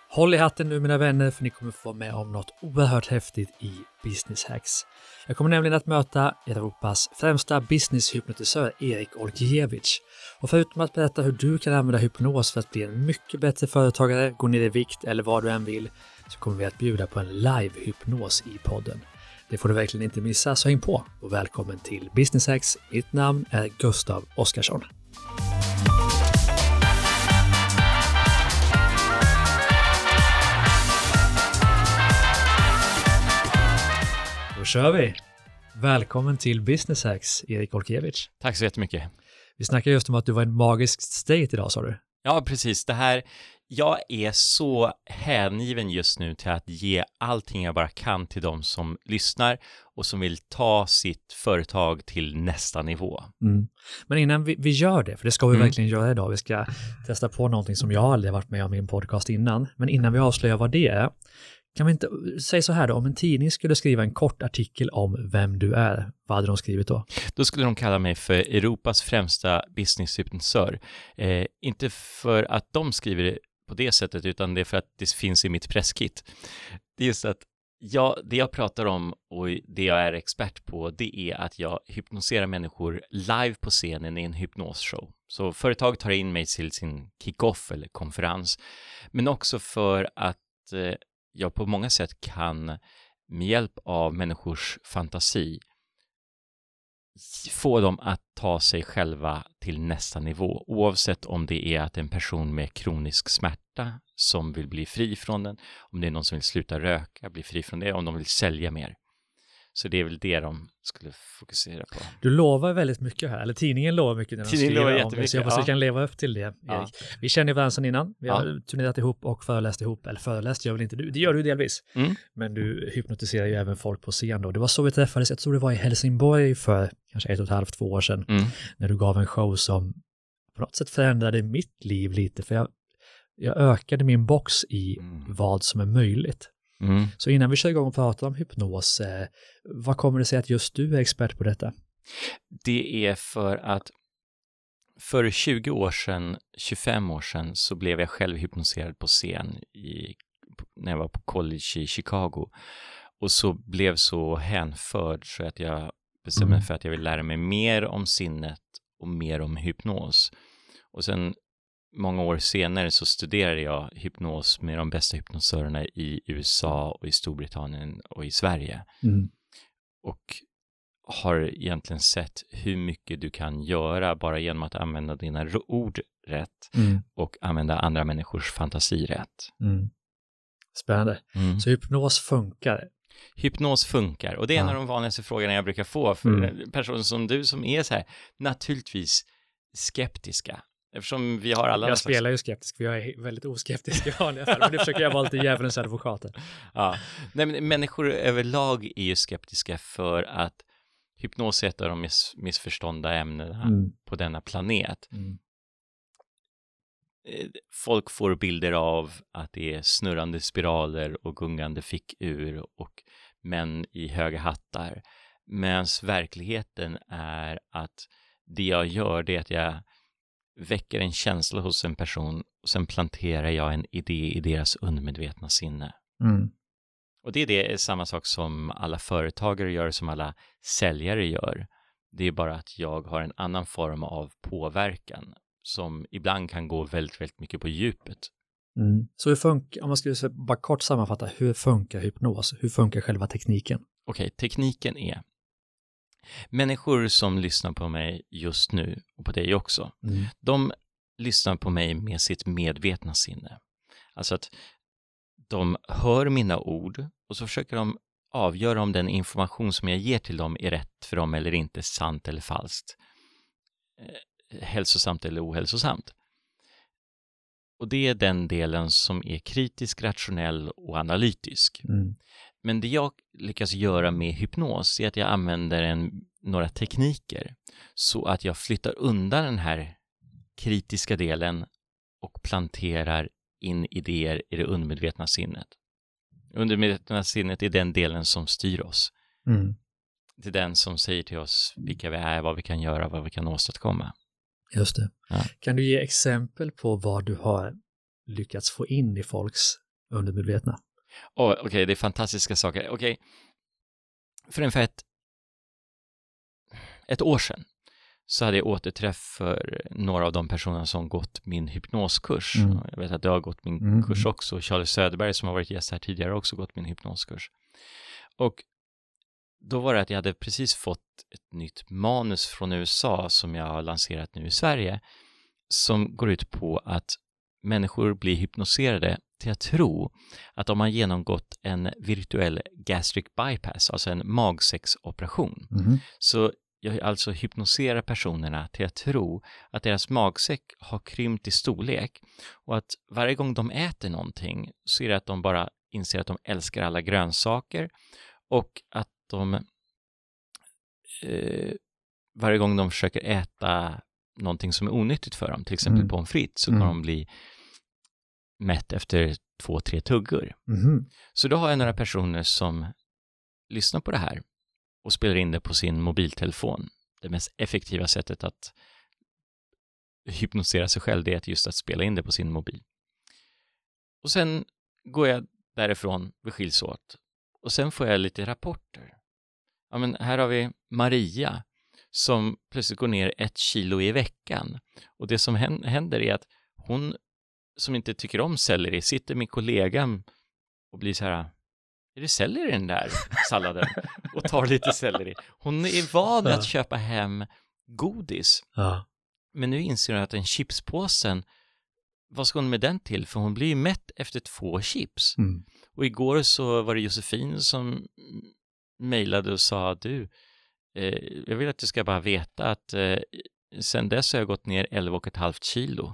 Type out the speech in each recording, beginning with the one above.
Håll i hatten nu mina vänner, för ni kommer få vara med om något oerhört häftigt i Business Hacks. Jag kommer nämligen att möta Europas främsta businesshypnotisör Erik Olgiewicz. Och förutom att berätta hur du kan använda hypnos för att bli en mycket bättre företagare, gå ner i vikt eller vad du än vill, så kommer vi att bjuda på en live-hypnos i podden. Det får du verkligen inte missa, så häng på och välkommen till Business Hacks. Mitt namn är Gustav Oskarsson. Då kör vi! Välkommen till Business Hacks, Erik Olgiewicz. Tack så jättemycket. Vi snackade just om att du var i en magisk state idag, sa du. Ja, precis. Jag är så hängiven just nu till att ge allting jag bara kan till de som lyssnar och som vill ta sitt företag till nästa nivå. Mm. Men innan vi gör det, för det ska vi verkligen göra idag, vi ska testa på någonting som jag aldrig varit med om i en podcast innan. Men innan vi avslöjar vad det är, kan vi inte säga så här då, om en tidning skulle skriva en kort artikel om vem du är, vad hade de skrivit då? Då skulle de kalla mig för Europas främsta businesshypnotisör. Inte för att de skriver det på det sättet, utan det är för att det finns i mitt presskit. Det är just att det jag pratar om och det jag är expert på, det är att jag hypnoserar människor live på scenen i en hypnosshow. Så företag tar in mig till sin kick-off eller konferens, men också för att jag på många sätt kan med hjälp av människors fantasi få dem att ta sig själva till nästa nivå, oavsett om det är att en person med kronisk smärta som vill bli fri från den, om det är någon som vill sluta röka, bli fri från det, om de vill sälja mer. Så det är väl det de skulle fokusera på. Du lovar väldigt mycket här, eller tidningen lovar mycket när de skriver om det, så jag hoppas vi kan leva upp till det, Erik. Ja. Vi känner ju varandra sedan innan, vi har turnerat ihop och föreläst ihop, eller föreläst gör väl inte du, det gör du delvis, men du hypnotiserar ju även folk på scen då. Det var så vi träffades, jag tror det var i Helsingborg för kanske 1,5-2 år sedan, när du gav en show som på något sätt förändrade mitt liv lite, för jag ökade min box i vad som är möjligt. Så innan vi kör igång och pratar om hypnos, vad kommer det sig att just du är expert på detta? Det är för att för 20 år sedan, 25 år sedan så blev jag själv hypnoserad på scen när jag var på college i Chicago. Och så blev så hänförd så att jag bestämde mig för att jag vill lära mig mer om sinnet och mer om hypnos. Och sen många år senare så studerade jag hypnos med de bästa hypnosörerna i USA och i Storbritannien och i Sverige. Och har egentligen sett hur mycket du kan göra bara genom att använda dina ord rätt och använda andra människors fantasi rätt. Spännande. Så hypnos funkar? Hypnos funkar, och det är en av de vanligaste frågorna jag brukar få för personer som du som är så här naturligtvis skeptiska. Eftersom vi har alla... Jag spelar ju skeptisk, för jag är väldigt oskeptisk i vanliga fall, men det försöker jag vara lite djävulens advokaten. Ja, nej, men människor överlag är ju skeptiska för att hypnos är ett av de missförstådda ämnena på denna planet. Folk får bilder av att det är snurrande spiraler och gungande fickur och män i höga hattar. Men verkligheten är att det jag gör, det är att jag väcker en känsla hos en person och sen planterar jag en idé i deras undermedvetna sinne. Och det är samma sak som alla företagare gör, som alla säljare gör. Det är bara att jag har en annan form av påverkan som ibland kan gå väldigt, väldigt mycket på djupet. Så hur funkar, om man skulle bara kort sammanfatta, hur funkar hypnos? Hur funkar själva tekniken? Okej, tekniken är människor som lyssnar på mig just nu och på dig också, de lyssnar på mig med sitt medvetna sinne. Alltså att de hör mina ord och så försöker de avgöra om den information som jag ger till dem är rätt för dem eller inte, sant eller falskt, hälsosamt eller ohälsosamt. Och det är den delen som är kritisk, rationell och analytisk. Men det jag lyckas göra med hypnos är att jag använder några tekniker så att jag flyttar undan den här kritiska delen och planterar in idéer i det undermedvetna sinnet. Undermedvetna sinnet är den delen som styr oss. Det är den som säger till oss vilka vi är, vad vi kan göra, vad vi kan åstadkomma. Just det. Ja. Kan du ge exempel på vad du har lyckats få in i folks undermedvetna. Okej, det är fantastiska saker. Okej. För ungefär ett år sedan så hade jag återträff för några av de personerna som gått min hypnoskurs. Jag vet att du har gått min kurs också. Charlie Söderberg som har varit gäst här tidigare har också gått min hypnoskurs. Och då var det att jag hade precis fått ett nytt manus från USA som jag har lanserat nu i Sverige, som går ut på att människor blir hypnoserade till att tro att om man genomgått en virtuell gastric bypass, alltså en magsäcksoperation, så jag alltså hypnoserar personerna till att tro att deras magsäck har krympt i storlek och att varje gång de äter någonting så är det att de bara inser att de älskar alla grönsaker och att de varje gång de försöker äta någonting som är onyttigt för dem, till exempel pommes frites, så kan de bli mätt efter 2-3 tuggor. Så då har jag några personer som lyssnar på det här och spelar in det på sin mobiltelefon. Det mest effektiva sättet att hypnosera sig själv, det är just att spela in det på sin mobil. Och sen går jag därifrån, vi skiljs åt. Och sen får jag lite rapporter. Ja, men här har vi Maria som plötsligt går ner 1 kilo i veckan. Och det som händer är att hon som inte tycker om selleri sitter med kollegan och blir så här: är det selleri i den där salladen? Och tar lite selleri. Hon är van att köpa hem godis. Men nu inser hon att en chipspåsen, vad ska hon med den till? För hon blir ju mätt efter 2 chips. Och igår så var det Josefin som mejlade och sa: du, jag vill att du ska bara veta att sen dess har jag gått ner 11,5 kilo.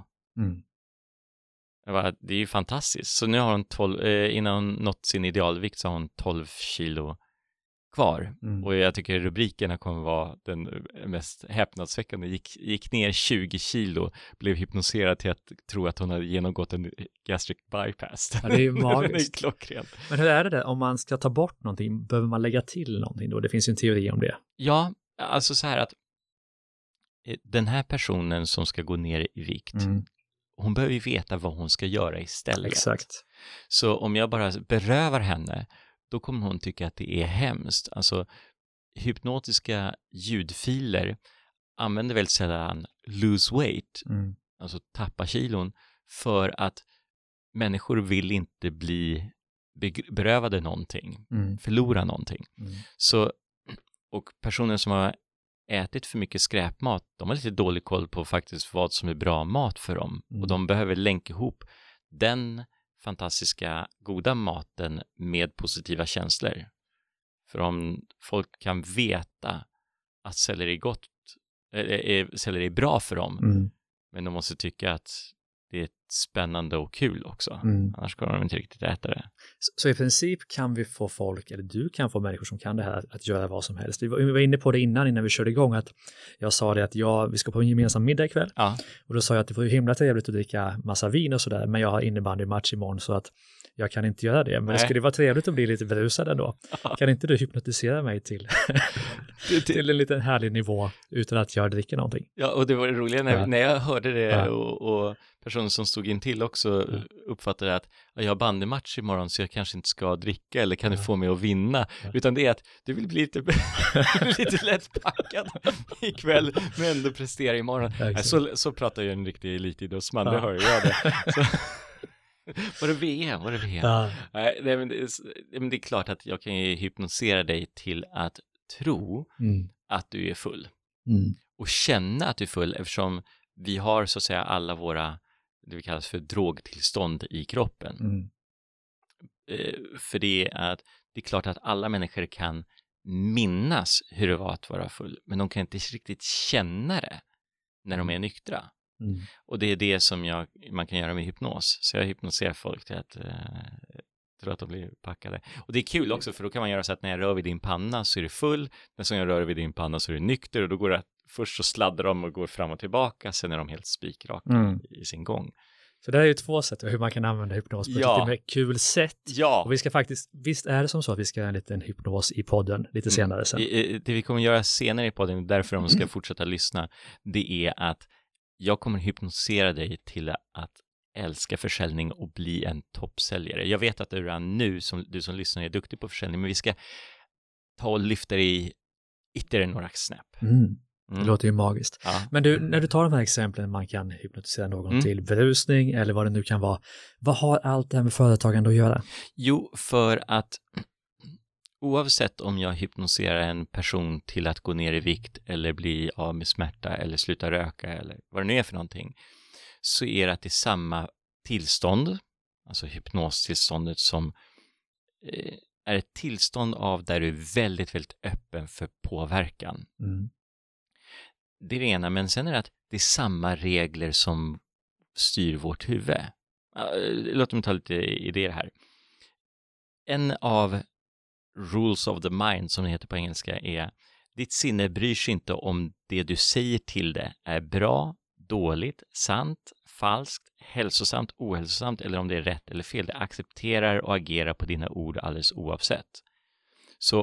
Det är ju fantastiskt. Så nu har hon 12, innan hon nått sin idealvikt så har hon 12 kilo kvar. Och jag tycker rubrikerna kommer vara den mest häpnadsväckande. Gick ner 20 kilo, blev hypnoserad till att tro att hon hade genomgått en gastric bypass. Ja, det är ju magiskt. Det är klockrent. Men hur är det där? Om man ska ta bort någonting, behöver man lägga till någonting då? Det finns ju en teori om det. Ja, alltså så här att den här personen som ska gå ner i vikt, hon behöver ju veta vad hon ska göra istället. Exakt. Så om jag bara berövar henne, då kommer hon tycka att det är hemskt. Alltså, hypnotiska ljudfiler använder väl sällan lose weight, alltså tappa kilon, för att människor vill inte bli berövade någonting, förlora någonting. Så, och personer som har ätit för mycket skräpmat, de har lite dålig koll på faktiskt vad som är bra mat för dem. Och de behöver länka ihop den fantastiska goda maten med positiva känslor. För om folk kan veta att selleri är bra för dem, men de måste tycka att det är spännande och kul också. Annars kommer de inte riktigt äta det. Så i princip kan vi få folk, eller du kan få människor som kan det här att göra vad som helst. Vi var inne på det innan vi körde igång, att jag sa det att vi ska på en gemensam middag ikväll. Och då sa jag att det var ju himla trevligt att dricka massa vin och sådär, men jag har innebandymatch imorgon så att jag kan inte göra det. Men det skulle vara trevligt att bli lite berusad ändå. Kan inte du hypnotisera mig till en liten härlig nivå utan att jag dricker någonting? Ja, och det var det roliga när jag hörde det och personen som stod in till också uppfattade att jag har bandymatch imorgon så jag kanske inte ska dricka, eller kan du få mig att vinna? Utan det är att du vill bli lite lätt packad ikväll men ändå prestera imorgon. Så pratar ju en riktig elitidrottsman, det hör jag det. Så. Var det VM? Nej, men det är klart att jag kan ju hypnosera dig till att tro att du är full. Och känna att du är full, eftersom vi har så att säga alla våra, det vi kallar för drogtillstånd i kroppen. För det är klart att alla människor kan minnas hur det var att vara full, men de kan inte riktigt känna det när de är nyktra. Och det är det som man kan göra med hypnos. Så jag hypnoserar folk till att tro att de blir packade. Och det är kul också, för då kan man göra så att när jag rör vid din panna så är det full, när jag rör vid din panna så är det nykter, och då går det först så sladdar de och går fram och tillbaka, sen är de helt spikraka i sin gång. Så det är ju 2 sätt hur man kan använda hypnos på ett lite mer kul sätt. Ja. Och vi ska faktiskt, visst är det som så att vi ska göra en liten hypnos i podden lite senare sen. Det vi kommer göra senare i podden, därför de ska fortsätta lyssna, det är att jag kommer hypnosera dig till att älska försäljning och bli en toppsäljare. Jag vet att du redan nu, du som lyssnar, är duktig på försäljning, men vi ska ta och lyfta dig ytterligare några snäpp. Det låter ju magiskt. Ja. Men du, när du tar de här exemplen, man kan hypnotisera någon till berusning eller vad det nu kan vara. Vad har allt det här med företagande att göra? Jo, för att oavsett om jag hypnotiserar en person till att gå ner i vikt eller bli av med smärta eller sluta röka eller vad det nu är för någonting, så är det att det är samma tillstånd, alltså hypnostillståndet, som är ett tillstånd av där du är väldigt, väldigt öppen för påverkan. Det är det ena, men sen är det att det är samma regler som styr vårt huvud. Låt mig ta lite idéer här. En av rules of the mind, som det heter på engelska, är: ditt sinne bryr sig inte om det du säger till det är bra, dåligt, sant, falskt, hälsosamt, ohälsosamt eller om det är rätt eller fel. Det accepterar och agerar på dina ord alldeles oavsett. Så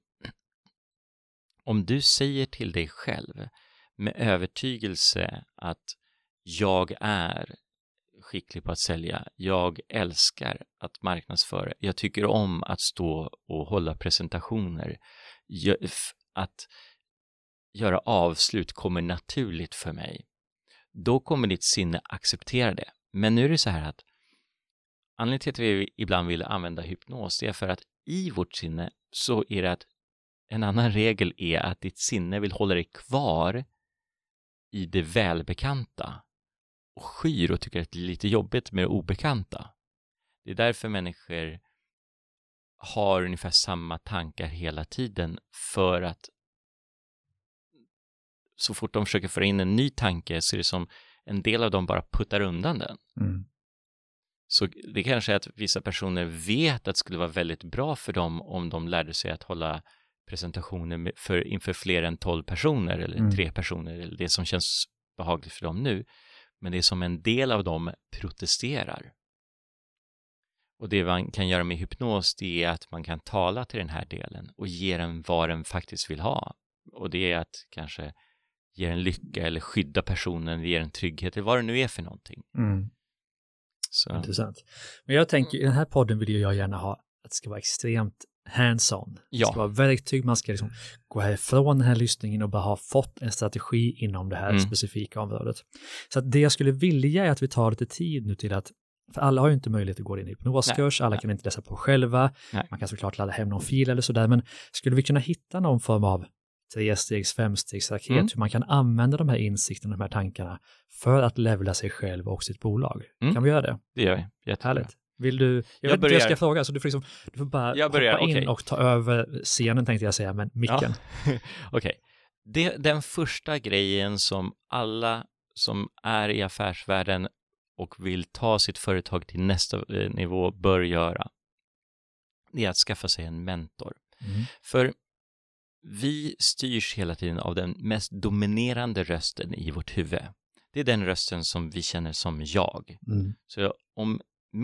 om du säger till dig själv med övertygelse att jag är skicklig på att sälja, jag älskar att marknadsföra, jag tycker om att stå och hålla presentationer, att göra avslut kommer naturligt för mig, då kommer ditt sinne acceptera det. Men nu är det så här att anledningen till att vi ibland vill använda hypnos, det är för att i vårt sinne så är det att en annan regel är att ditt sinne vill hålla dig kvar i det välbekanta och skyr och tycker att det är lite jobbigt med det obekanta. Det är därför människor har ungefär samma tankar hela tiden, för att så fort de försöker föra in en ny tanke så är det som en del av dem bara puttar undan den. Så det kanske är att vissa personer vet att det skulle vara väldigt bra för dem om de lärde sig att hålla presentationer inför fler än 12 personer eller 3 personer, eller det som känns behagligt för dem nu. Men det är som en del av dem protesterar. Och det man kan göra med hypnos, det är att man kan tala till den här delen och ge den vad den faktiskt vill ha. Och det är att kanske ge en lycka eller skydda personen, ge en trygghet eller vad det nu är för någonting. Så. Intressant. Men jag tänker, i den här podden vill jag gärna ha att det ska vara extremt hands-on. Det ska vara verktyg, man ska liksom gå härifrån den här lyssningen och bara ha fått en strategi inom det här specifika området. Så att det jag skulle vilja är att vi tar lite tid nu till att, för alla har ju inte möjlighet att gå in i hypnoskurs, alla kan inte läsa på själva, man kan såklart ladda hem någon fil eller sådär, men skulle vi kunna hitta någon form av 3-stegs, 5-stegsraket, hur man kan använda de här insikterna, de här tankarna för att levela sig själv och sitt bolag. Kan vi göra det? Det gör vi, jättehärligt. Vill du, jag ska fråga, så du får bara hoppa in och ta över scenen, tänkte jag säga, men micken. Okej. Den första grejen som alla som är i affärsvärlden och vill ta sitt företag till nästa nivå bör göra, det är att skaffa sig en mentor. För vi styrs hela tiden av den mest dominerande rösten i vårt huvud. Det är den rösten som vi känner som jag. Så om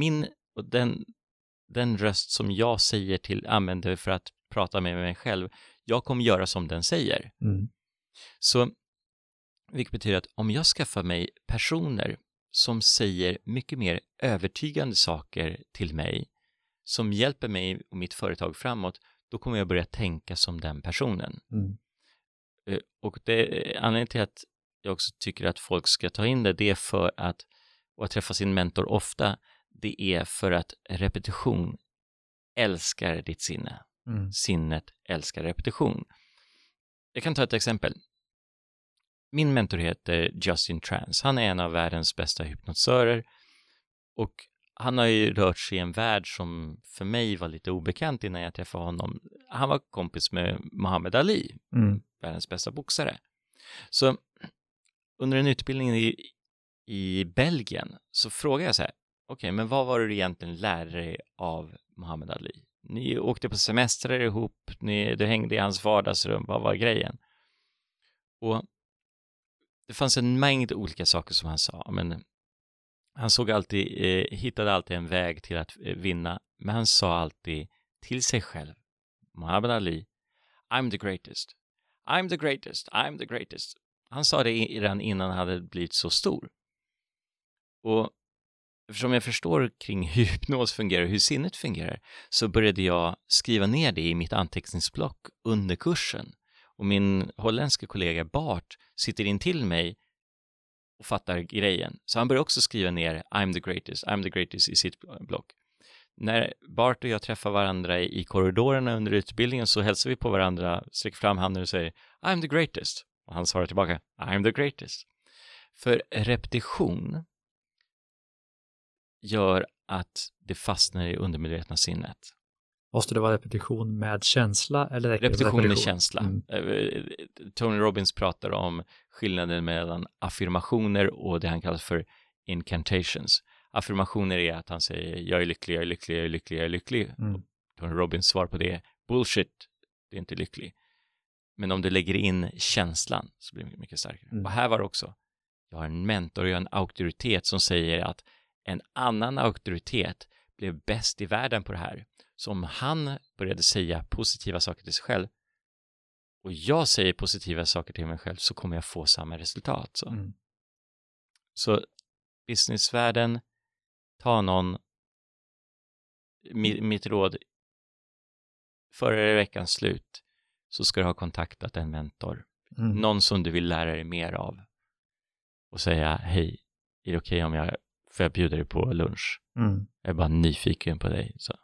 den röst som jag säger till använder för att prata med mig själv, jag kommer göra som den säger. Så vilket betyder att om jag skaffar mig personer som säger mycket mer övertygande saker till mig, som hjälper mig och mitt företag framåt, då kommer jag börja tänka som den personen. Och anledningen till att jag också tycker att folk ska ta in det är för att, och att träffa sin mentor ofta, det är för att repetition älskar ditt sinne. Sinnet älskar repetition. Jag kan ta ett exempel. Min mentor heter Justin Trance. Han är en av världens bästa hypnotisörer och han har ju rört sig i en värld som för mig var lite obekant innan jag träffade honom. Han var kompis med Muhammad Ali, världens bästa boxare. Så under en utbildning i Belgien så frågade jag så här: okej, men vad var det du egentligen lärde dig av Muhammad Ali? Ni åkte på semestrar ihop, du hängde i hans vardagsrum, vad var grejen? Och det fanns en mängd olika saker som han sa, men han hittade alltid en väg till att vinna, men han sa alltid till sig själv, Muhammad Ali, I'm the greatest, I'm the greatest, I'm the greatest. Han sa det redan innan han hade blivit så stor. Och eftersom jag förstår kring hur hypnos fungerar, hur sinnet fungerar, så började jag skriva ner det i mitt anteckningsblock under kursen. Och min holländska kollega Bart sitter in till mig och fattar grejen. Så han börjar också skriva ner I'm the greatest i sitt block. När Bart och jag träffar varandra i korridorerna under utbildningen så hälsar vi på varandra, sträcker fram handen och säger I'm the greatest. Och han svarar tillbaka I'm the greatest. För repetition gör att det fastnar i undermedvetna sinnet. Måste det vara repetition med känsla? Eller repetition med känsla. Tony Robbins pratar om skillnaden mellan affirmationer och det han kallar för incantations. Affirmationer är att han säger jag är lycklig, jag är lycklig, jag är lycklig, jag är lycklig. Tony Robbins svar på det är bullshit, det är inte lycklig. Men om du lägger in känslan så blir det mycket starkare. Och här var det också, jag har en mentor, jag har en auktoritet som säger att en annan auktoritet blev bäst i världen på det här. Så om han började säga positiva saker till sig själv och jag säger positiva saker till mig själv så kommer jag få samma resultat. Så businessvärlden, ta någon, mitt råd, före veckans slut så ska du ha kontaktat en mentor. Någon som du vill lära dig mer av och säga hej, är det okej om jag får jag bjuda dig på lunch? Jag är bara nyfiken på dig. Så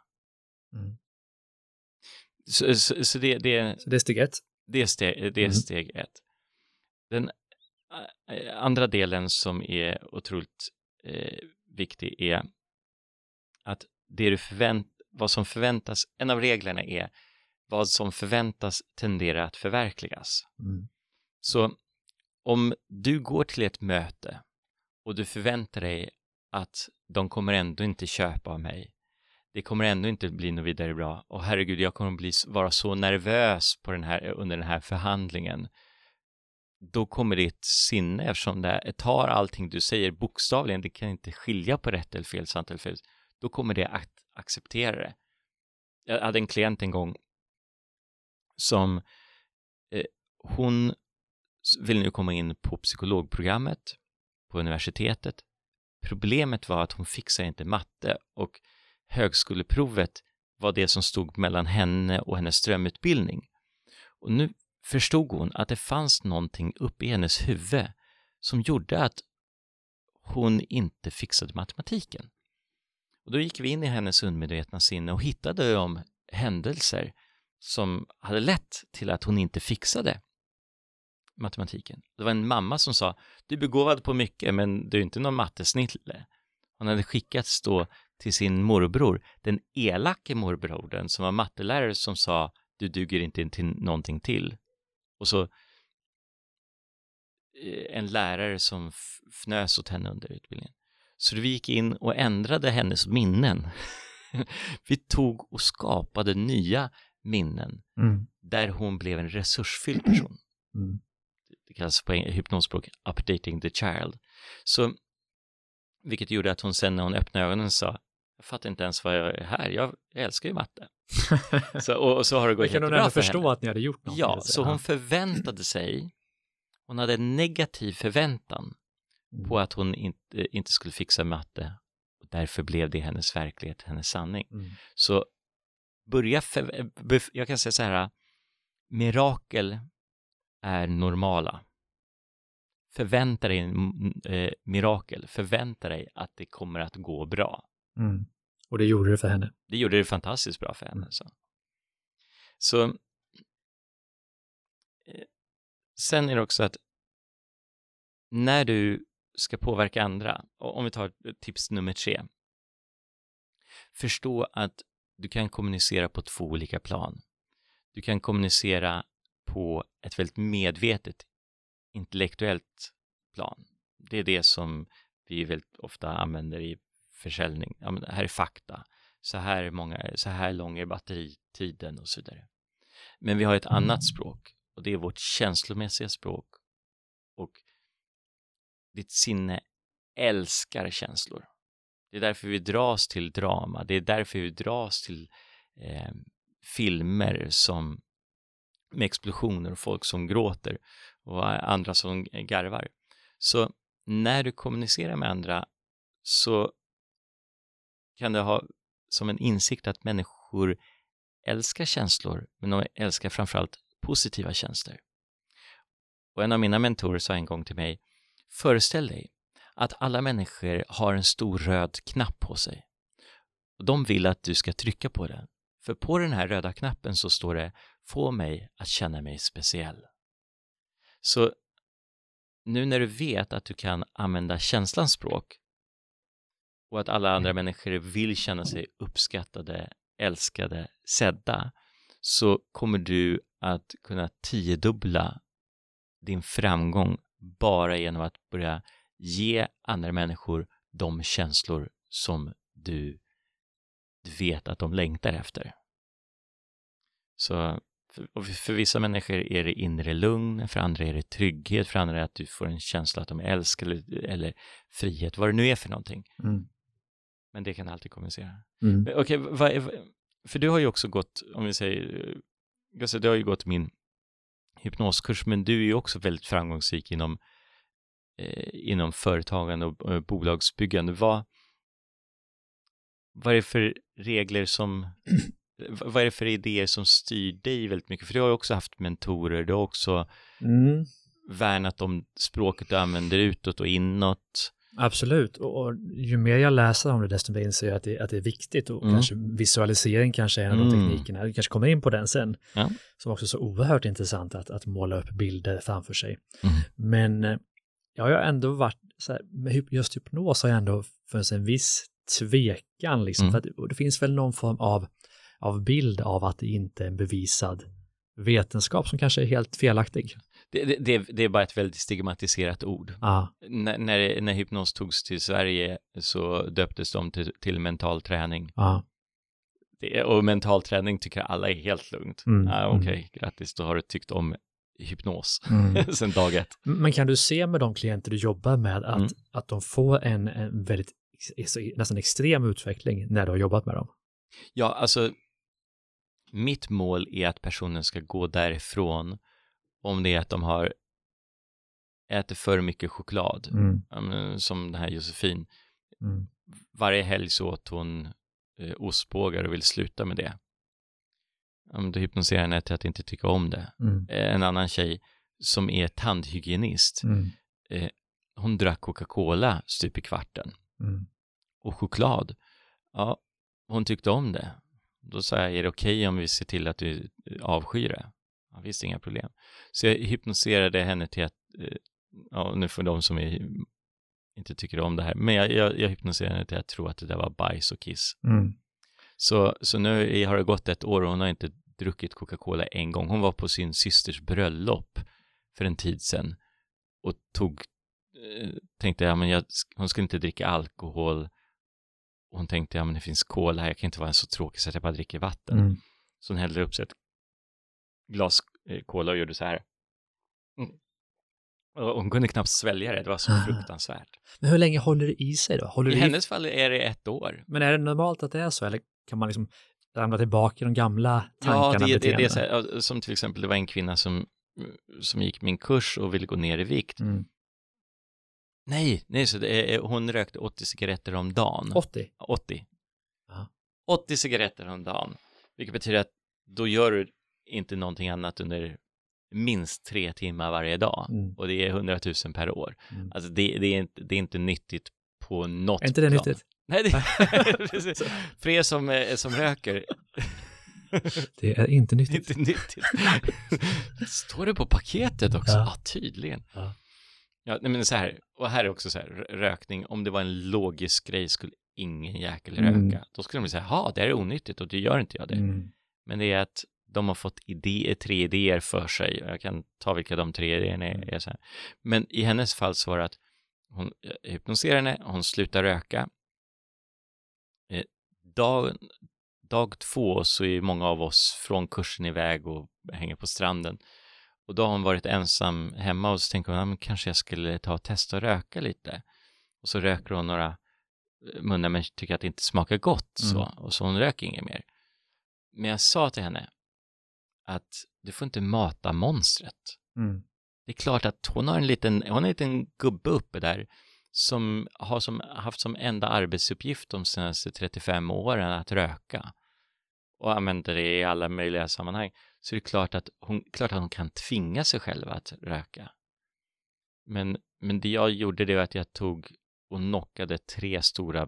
det är steg ett. Det är steg ett. Den andra delen som är otroligt viktig är att vad som förväntas, en av reglerna är vad som förväntas tenderar att förverkligas. Så om du går till ett möte och du förväntar dig att de kommer ändå inte köpa av mig. Det kommer ändå inte bli något vidare bra. Och herregud, jag kommer vara så nervös på under den här förhandlingen. Då kommer ditt sinne, eftersom det tar allting du säger bokstavligen, det kan inte skilja på rätt eller fel, sant eller fel. Då kommer det att acceptera det. Jag hade en klient en gång som hon vill nu komma in på psykologprogrammet på universitetet. Problemet var att hon fixade inte matte och högskoleprovet var det som stod mellan henne och hennes drömutbildning. Och nu förstod hon att det fanns någonting uppe i hennes huvud som gjorde att hon inte fixade matematiken. Och då gick vi in i hennes undermedvetna sinne och hittade de händelser som hade lett till att hon inte fixade matematiken. Det var en mamma som sa, du är begåvad på mycket men du är inte någon mattesnille. Hon hade skickats då till sin morbror, den elake morbrodern som var mattelärare som sa, du duger inte till någonting till. Och så en lärare som fnös åt henne under utbildningen. Så vi gick in och ändrade hennes minnen. Vi tog och skapade nya minnen där hon blev en resursfylld person. Det kallas på hypnosspråk updating the child. Så, vilket gjorde att hon sen när hon öppnade ögonen sa, jag fattar inte ens vad jag är här, jag älskar ju matte. så har det gått jättebra för henne. Kan hon ändå förstå att ni hade gjort något? Ja, så hon förväntade sig, hon hade en negativ förväntan på att hon inte skulle fixa matte. Och därför blev det hennes verklighet, hennes sanning. Så jag kan säga så här, mirakel är normala. Förvänta dig mirakel. Förvänta dig att det kommer att gå bra. Och det gjorde det för henne. Det gjorde det fantastiskt bra för henne. Så sen är det också att när du ska påverka andra, om vi tar tips nummer 3. Förstå att du kan kommunicera på 2 olika plan. Du kan kommunicera på ett väldigt medvetet intellektuellt plan. Det är det som vi väldigt ofta använder i försäljning. Ja, men det här är fakta. Så här lång är batteritiden och så vidare. Men vi har ett annat språk och det är vårt känslomässiga språk. Och ditt sinne älskar känslor. Det är därför vi dras till drama. Det är därför vi dras till filmer som med explosioner och folk som gråter och andra som garvar. Så när du kommunicerar med andra så kan det ha som en insikt att människor älskar känslor, men de älskar framförallt positiva känslor. Och en av mina mentorer sa en gång till mig, föreställ dig att alla människor har en stor röd knapp på sig. Och de vill att du ska trycka på den. För på den här röda knappen så står det, få mig att känna mig speciell. Så nu när du vet att du kan använda känslans språk och att alla andra människor vill känna sig uppskattade, älskade, sedda, så kommer du att kunna 10-dubbla din framgång bara genom att börja ge andra människor de känslor som du vet att de längtar efter. Så för vissa människor är det inre lugn, för andra är det trygghet, för andra är det att du får en känsla att de älskar eller frihet, vad det nu är för någonting. Men det kan du alltid kommunicera. Okej, för du har ju också gått, om vi säger, du har ju gått min hypnoskurs, men du är ju också väldigt framgångsrik inom företagande och bolagsbyggande. Vad är det för regler som vad är det för idéer som styr dig väldigt mycket? För du har ju också haft mentorer, du har också värnat om språket du använder utåt och inåt. Absolut, och ju mer jag läser om det desto mer inser jag att det är viktigt, och kanske visualisering kanske är en av de teknikerna, vi kanske kommer in på den sen, som också är så oerhört intressant att måla upp bilder framför sig. Men jag har ändå varit, så här, med just hypnos har jag ändå funnits en viss tvekan liksom, för att det finns väl någon form av bild av att det inte är en bevisad vetenskap som kanske är helt felaktig. Det är bara ett väldigt stigmatiserat ord. När hypnos togs till Sverige så döptes de till mental träning. Och mental träning tycker alla är helt lugnt. Okej, grattis, då har du tyckt om hypnos sedan dag ett. Men kan du se med de klienter du jobbar med att de får en väldigt nästan extrem utveckling när du har jobbat med dem? Ja, alltså mitt mål är att personen ska gå därifrån om det är att de äter för mycket choklad. Som den här Josefin. Varje helg så åt hon ostbågar och vill sluta med det. Då hypnoserar henne till att inte tycka om det. En annan tjej som är tandhygienist. Hon drack Coca-Cola stup i kvarten. Och choklad. Ja, hon tyckte om det. Då sa jag, är det okej om vi ser till att du avskyr det? Ja, visst, inga problem. Så jag hypnoserade henne till att, nu får de som inte tycker om det här, men jag hypnoserade henne till att tro att det där var bajs och kiss. Så nu har det gått 1 år och hon har inte druckit Coca-Cola en gång. Hon var på sin systers bröllop för en tid sedan och tänkte hon skulle inte dricka alkohol. Och hon tänkte, men det finns cola här, jag kan inte vara så tråkig så att jag bara dricker vatten. Så hon hällde upp sig ett glas cola och gjorde så här. Och hon kunde knappt svälja det var så fruktansvärt. Men hur länge håller det i sig då? I hennes fall är det 1 år. Men är det normalt att det är så, eller kan man liksom ramla tillbaka i de gamla tankarna? Ja, det är så här, som till exempel, det var en kvinna som gick min kurs och ville gå ner i vikt. Nej, så hon rökte 80 cigaretter om dagen. 80? 80. 80 cigaretter om dagen. Vilket betyder att då gör du inte någonting annat under minst 3 timmar varje dag. Och det är 100 000 per år. Alltså det är inte nyttigt på något plan. Är inte det nyttigt? Nej, för er som röker. Det är inte nyttigt. Inte nyttigt. Står det på paketet också? Ja, tydligen. Ja, men så här, och här är också så här, rökning, om det var en logisk grej skulle ingen jäkel röka. Då skulle de säga, det är onyttigt och det gör inte jag det. Men det är att de har fått 3 idéer för sig. Jag kan ta vilka de 3 idéerna är så här. Men i hennes fall så var det att hon hypnoserar henne, hon slutar röka. Dag 2 så är många av oss från kursen iväg och hänger på stranden. Och då har hon varit ensam hemma och så tänker hon, kanske jag skulle ta och testa att röka lite. Och så röker hon några munnar men tycker att det inte smakar gott. Så. Och så hon röker inget mer. Men jag sa till henne att du får inte mata monstret. Det är klart att hon har en liten gubbe uppe där som har haft som enda arbetsuppgift de senaste 35 åren att röka och använder det i alla möjliga sammanhang, så är det klart att hon kan tvinga sig själv att röka. Men det jag gjorde, det var att jag tog och knockade 3 stora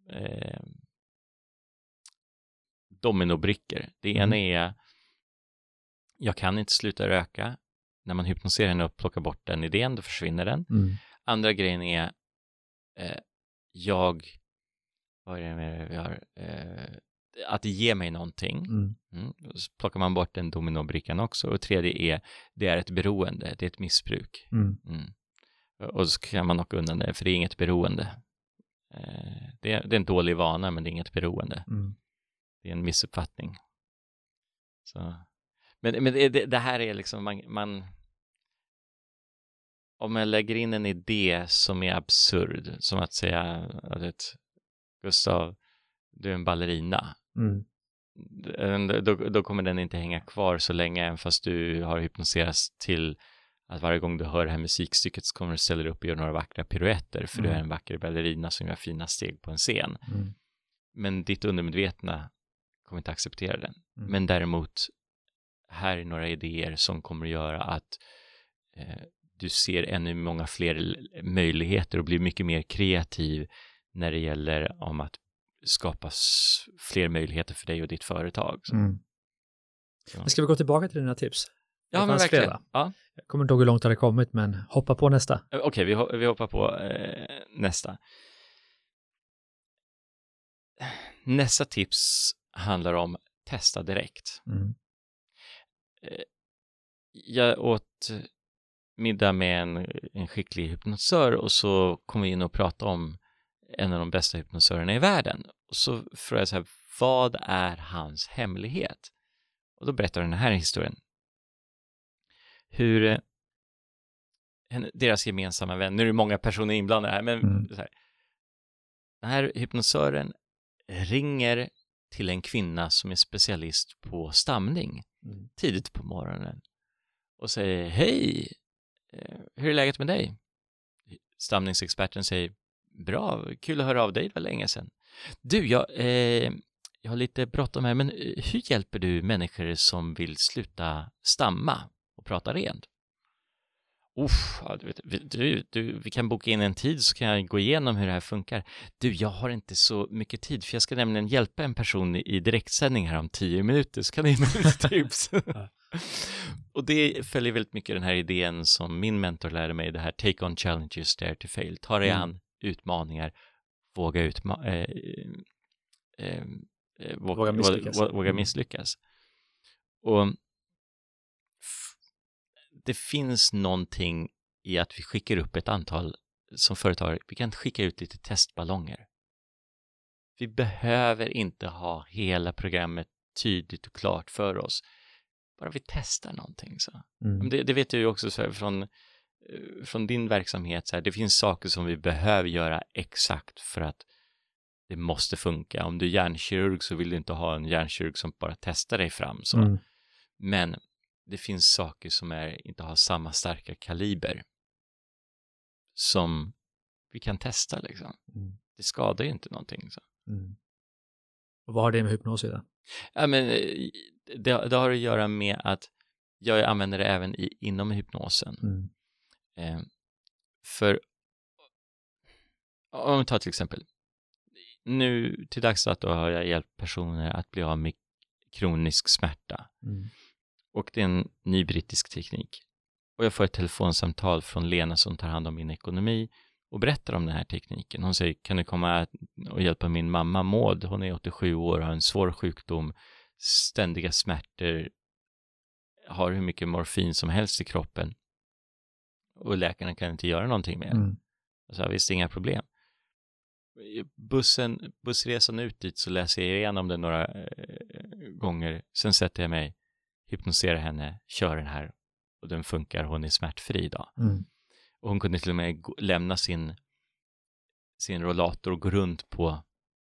dominobrickor. Det ena är, jag kan inte sluta röka. När man hypnoserar henne och plockar bort den idén, då försvinner den. Andra grejen är, att ge mig någonting. Så plockar man bort den dominobrickan också. Och tredje är, det är ett beroende, det är ett missbruk. Och så kan man knocka undan det, för det är inget beroende. Det är en dålig vana, men det är inget beroende. Det är en missuppfattning. Så. Men det här är liksom, man om man lägger in en idé som är absurd, som att säga att Gustav, du är en ballerina. Då kommer den inte hänga kvar så länge, även fast du har hypnoserats till att varje gång du hör det här musikstycket så kommer du ställa dig upp och göra några vackra piruetter, för du är en vacker ballerina som gör fina steg på en scen. Men ditt undermedvetna kommer inte acceptera den. Men däremot, här är några idéer som kommer att göra att du ser ännu många fler möjligheter och blir mycket mer kreativ när det gäller om att skapa fler möjligheter för dig och ditt företag. Ska vi gå tillbaka till dina tips? Ja, men verkligen. Ja. Jag kommer inte ihåg hur långt det har kommit, men hoppa på nästa. Okej, vi hoppar på nästa. Nästa tips handlar om testa direkt. Jag åt middag med en skicklig hypnotisör, och så kom vi in och pratade om en av de bästa hypnotisörerna i världen. Och så frågade jag så här, vad är hans hemlighet? Och då berättar den här historien. Hur deras gemensamma vän, nu är det många personer inblandade här, men så här, den här hypnotisören ringer till en kvinna som är specialist på stamning tidigt på morgonen och säger, hej, hur är läget med dig? Stamningsexperten säger, bra, kul att höra av dig, det var länge sedan. Du, jag har lite bråttom här, men hur hjälper du människor som vill sluta stamma och prata rent? Ja, vi kan boka in en tid så kan jag gå igenom hur det här funkar. Du, jag har inte så mycket tid, för jag ska nämligen hjälpa en person i direktsändning här om 10 minuter, så kan ni ge mig lite tips. Och det följer väldigt mycket den här idén som min mentor lärde mig, det här take on challenges, dare to fail. Ta dig an utmaningar, våga misslyckas. Och det finns någonting i att vi skickar upp ett antal som företag. Vi kan skicka ut lite testballonger. Vi behöver inte ha hela programmet tydligt och klart för oss. Bara vi testar någonting. Så. Det vet du ju också så här, från din verksamhet. Så här, det finns saker som vi behöver göra exakt för att det måste funka. Om du är hjärnkirurg så vill du inte ha en hjärnkirurg som bara testar dig fram. Så. Men det finns saker som inte har samma starka kaliber som vi kan testa liksom. Det skadar ju inte någonting. Så. Och vad har det med hypnos då? Ja, men det har att göra med att jag använder det även inom hypnosen. För om vi tar till exempel, nu till dags dato har jag hjälpt personer att bli av med kronisk smärta. Och det är en ny brittisk teknik. Och jag får ett telefonsamtal från Lena som tar hand om min ekonomi och berättar om den här tekniken. Hon säger, kan du komma och hjälpa min mamma Maud? Hon är 87 år och har en svår sjukdom, ständiga smärtor, har hur mycket morfin som helst i kroppen. Och läkarna kan inte göra någonting med det. Så visst, inga problem. Bussresan ut dit så läser jag igenom det några gånger. Sen sätter jag mig, hypnoserar henne, kör den här och den funkar, hon är smärtfri idag. Och hon kunde till och med lämna sin rollator och gå runt på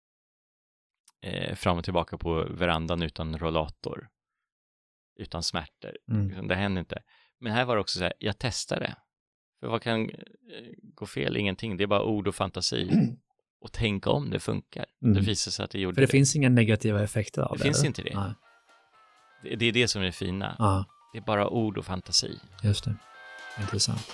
fram och tillbaka på verandan utan rollator, utan smärtor. Det hände inte. Men här var det också så här, jag testade. För vad kan gå fel? Ingenting. Det är bara ord och fantasi. Och tänka om det funkar. Det visar sig att det gjorde det. För det finns inga negativa effekter av det. Det finns inte det. Nej. Det är det som är det fina. Ja. Det är bara ord och fantasi. Just det. Intressant.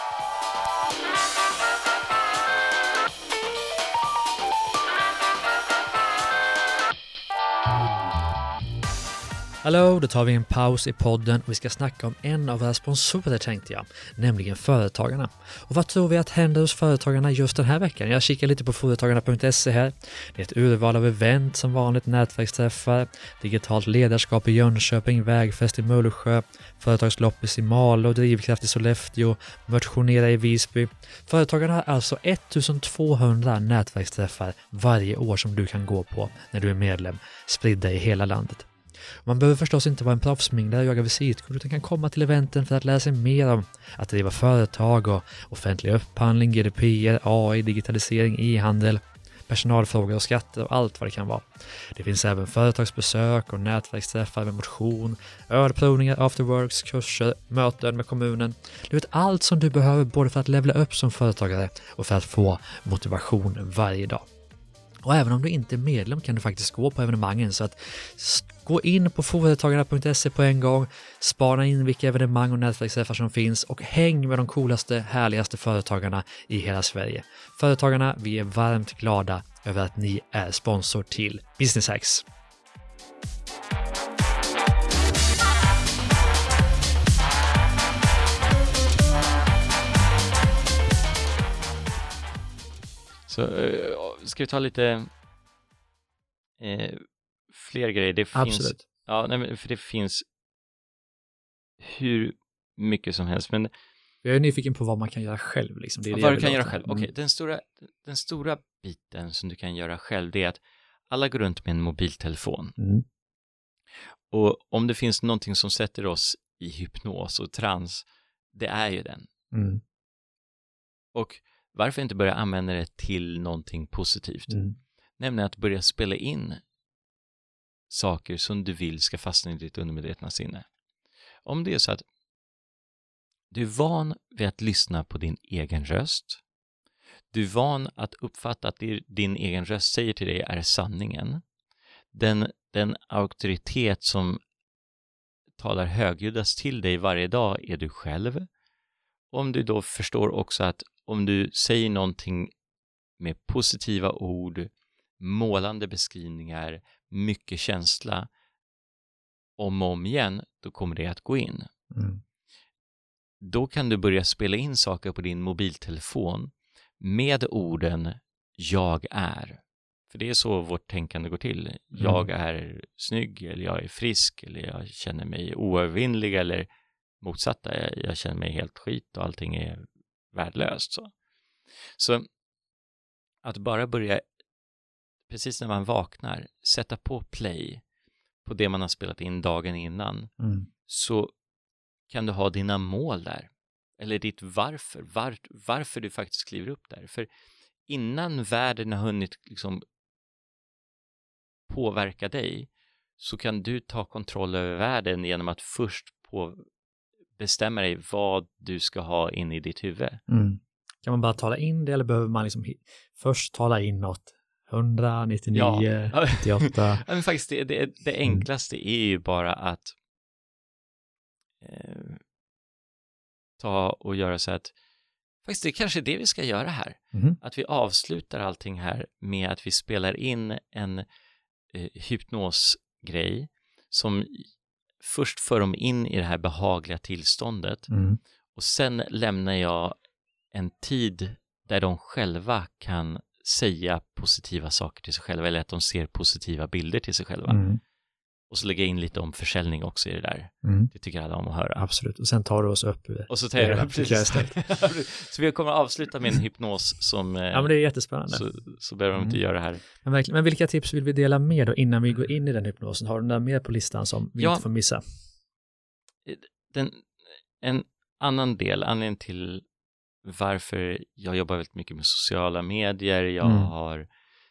Hallå, då tar vi en paus i podden och vi ska snacka om en av våra sponsorer tänkte jag, nämligen Företagarna. Och vad tror vi att händer hos Företagarna just den här veckan? Jag kikar lite på företagarna.se här. Det är ett urval av event som vanligt, nätverksträffar, digitalt ledarskap i Jönköping, vägfest i Mullsjö, företagsloppis i Malå, drivkraft i Sollefteå, motionera i Visby. Företagarna har alltså 1200 nätverksträffar varje år som du kan gå på när du är medlem, spridda i hela landet. Man behöver förstås inte vara en proffsminglare och jaga visitkort utan kan komma till eventen för att lära sig mer om att driva företag och offentlig upphandling, GDPR, AI, digitalisering, e-handel, personalfrågor och skatter och allt vad det kan vara. Det finns även företagsbesök och nätverksträffar med motion, ölprovningar, afterworks, kurser, möten med kommunen. Du vet allt som du behöver både för att levla upp som företagare och för att få motivation varje dag. Och även om du inte är medlem kan du faktiskt gå på evenemangen, så att gå in på företagarna.se på en gång, spana in vilka evenemang och nätverksträffar som finns och häng med de coolaste, härligaste företagarna i hela Sverige. Företagarna, vi är varmt glada över att ni är sponsor till Business Hacks. Så ska vi ta lite fler grejer? Det finns, absolut. Ja, nej, för det finns hur mycket som helst. Men jag är nyfiken på vad man kan göra själv. Liksom. Det är det vad du kan göra själv? Okej, den stora biten som du kan göra själv, det är att alla går runt med en mobiltelefon. Och om det finns någonting som sätter oss i hypnos och trans, det är ju den. Och varför inte börja använda det till någonting positivt? Nämligen att börja spela in saker som du vill ska fastna i ditt undermedvetna sinne. Om det är så att du är van vid att lyssna på din egen röst. Du är van att uppfatta att din egen röst säger till dig är sanningen. Den auktoritet som talar högljuddast till dig varje dag är du själv. Om du då förstår också att om du säger någonting med positiva ord, målande beskrivningar, mycket känsla om och om igen, då kommer det att gå in. Då kan du börja spela in saker på din mobiltelefon med orden jag är. För det är så vårt tänkande går till. Jag är snygg, eller jag är frisk, eller jag känner mig oövervinnlig, eller motsatta, jag känner mig helt skit och allting är värdelöst. Så att bara börja, precis när man vaknar, sätta på play på det man har spelat in dagen innan, så kan du ha dina mål där. Eller ditt varför du faktiskt kliver upp där. För innan världen har hunnit liksom påverka dig, så kan du ta kontroll över världen genom att först bestämma dig vad du ska ha in i ditt huvud. Kan man bara tala in det, eller behöver man liksom först tala in något? 100, 99, 98? Men faktiskt det enklaste är ju bara att ta och göra så att faktiskt det är kanske det vi ska göra här. Att vi avslutar allting här med att vi spelar in en hypnosgrej som först för dem in i det här behagliga tillståndet. Och sen lämnar jag en tid där de själva kan säga positiva saker till sig själva, eller att de ser positiva bilder till sig själva. Och så lägger jag in lite om försäljning också i det där. Det tycker alla om att höra. Absolut. Och sen tar du oss upp. Och så tar jag det precis. Så vi kommer att avsluta med en hypnos som... ja, men det är jättespännande. Så behöver de inte göra det här. Men vilka tips vill vi dela med då innan vi går in i den hypnosen? Har du där mer på listan som vi inte får missa? En annan del, anledningen till varför jag jobbar väldigt mycket med sociala medier, jag har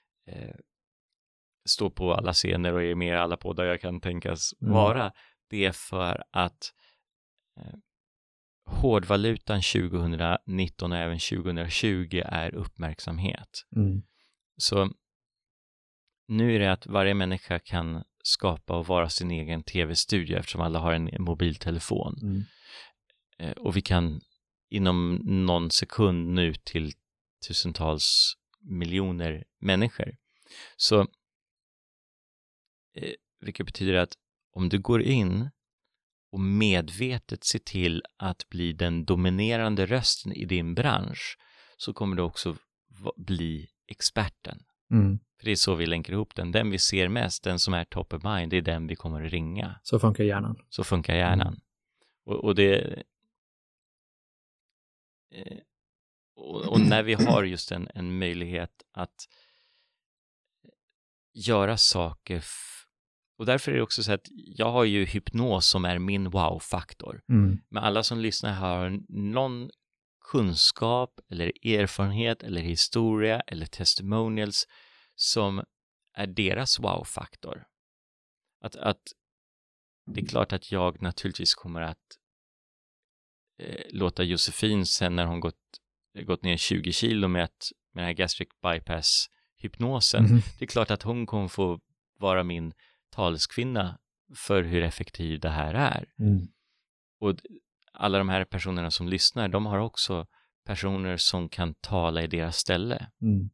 står på alla scener och är med i alla poddar jag kan tänkas vara, det är för att hårdvalutan 2019 och även 2020 är uppmärksamhet. Så nu är det att varje människa kan skapa och vara sin egen tv-studio eftersom alla har en mobiltelefon. Och vi kan inom någon sekund nu till tusentals miljoner människor. Så vilket betyder att om du går in och medvetet ser till att bli den dominerande rösten i din bransch, så kommer du också bli experten. För det är så vi länkar ihop den. Den vi ser mest, den som är top of mind, det är den vi kommer att ringa. Så funkar hjärnan. Så funkar hjärnan. Och det... Och när vi har just en möjlighet att göra saker och därför är det också så att jag har ju hypnos som är min wow-faktor. Men alla som lyssnar har någon kunskap eller erfarenhet eller historia eller testimonials som är deras wow-faktor. Att det är klart att jag naturligtvis kommer att låta Josefin sen när hon gått ner 20 kilo med den här gastric bypass hypnosen. Det är klart att hon kommer få vara min taleskvinna för hur effektiv det här är. Och alla de här personerna som lyssnar, de har också personer som kan tala i deras ställe.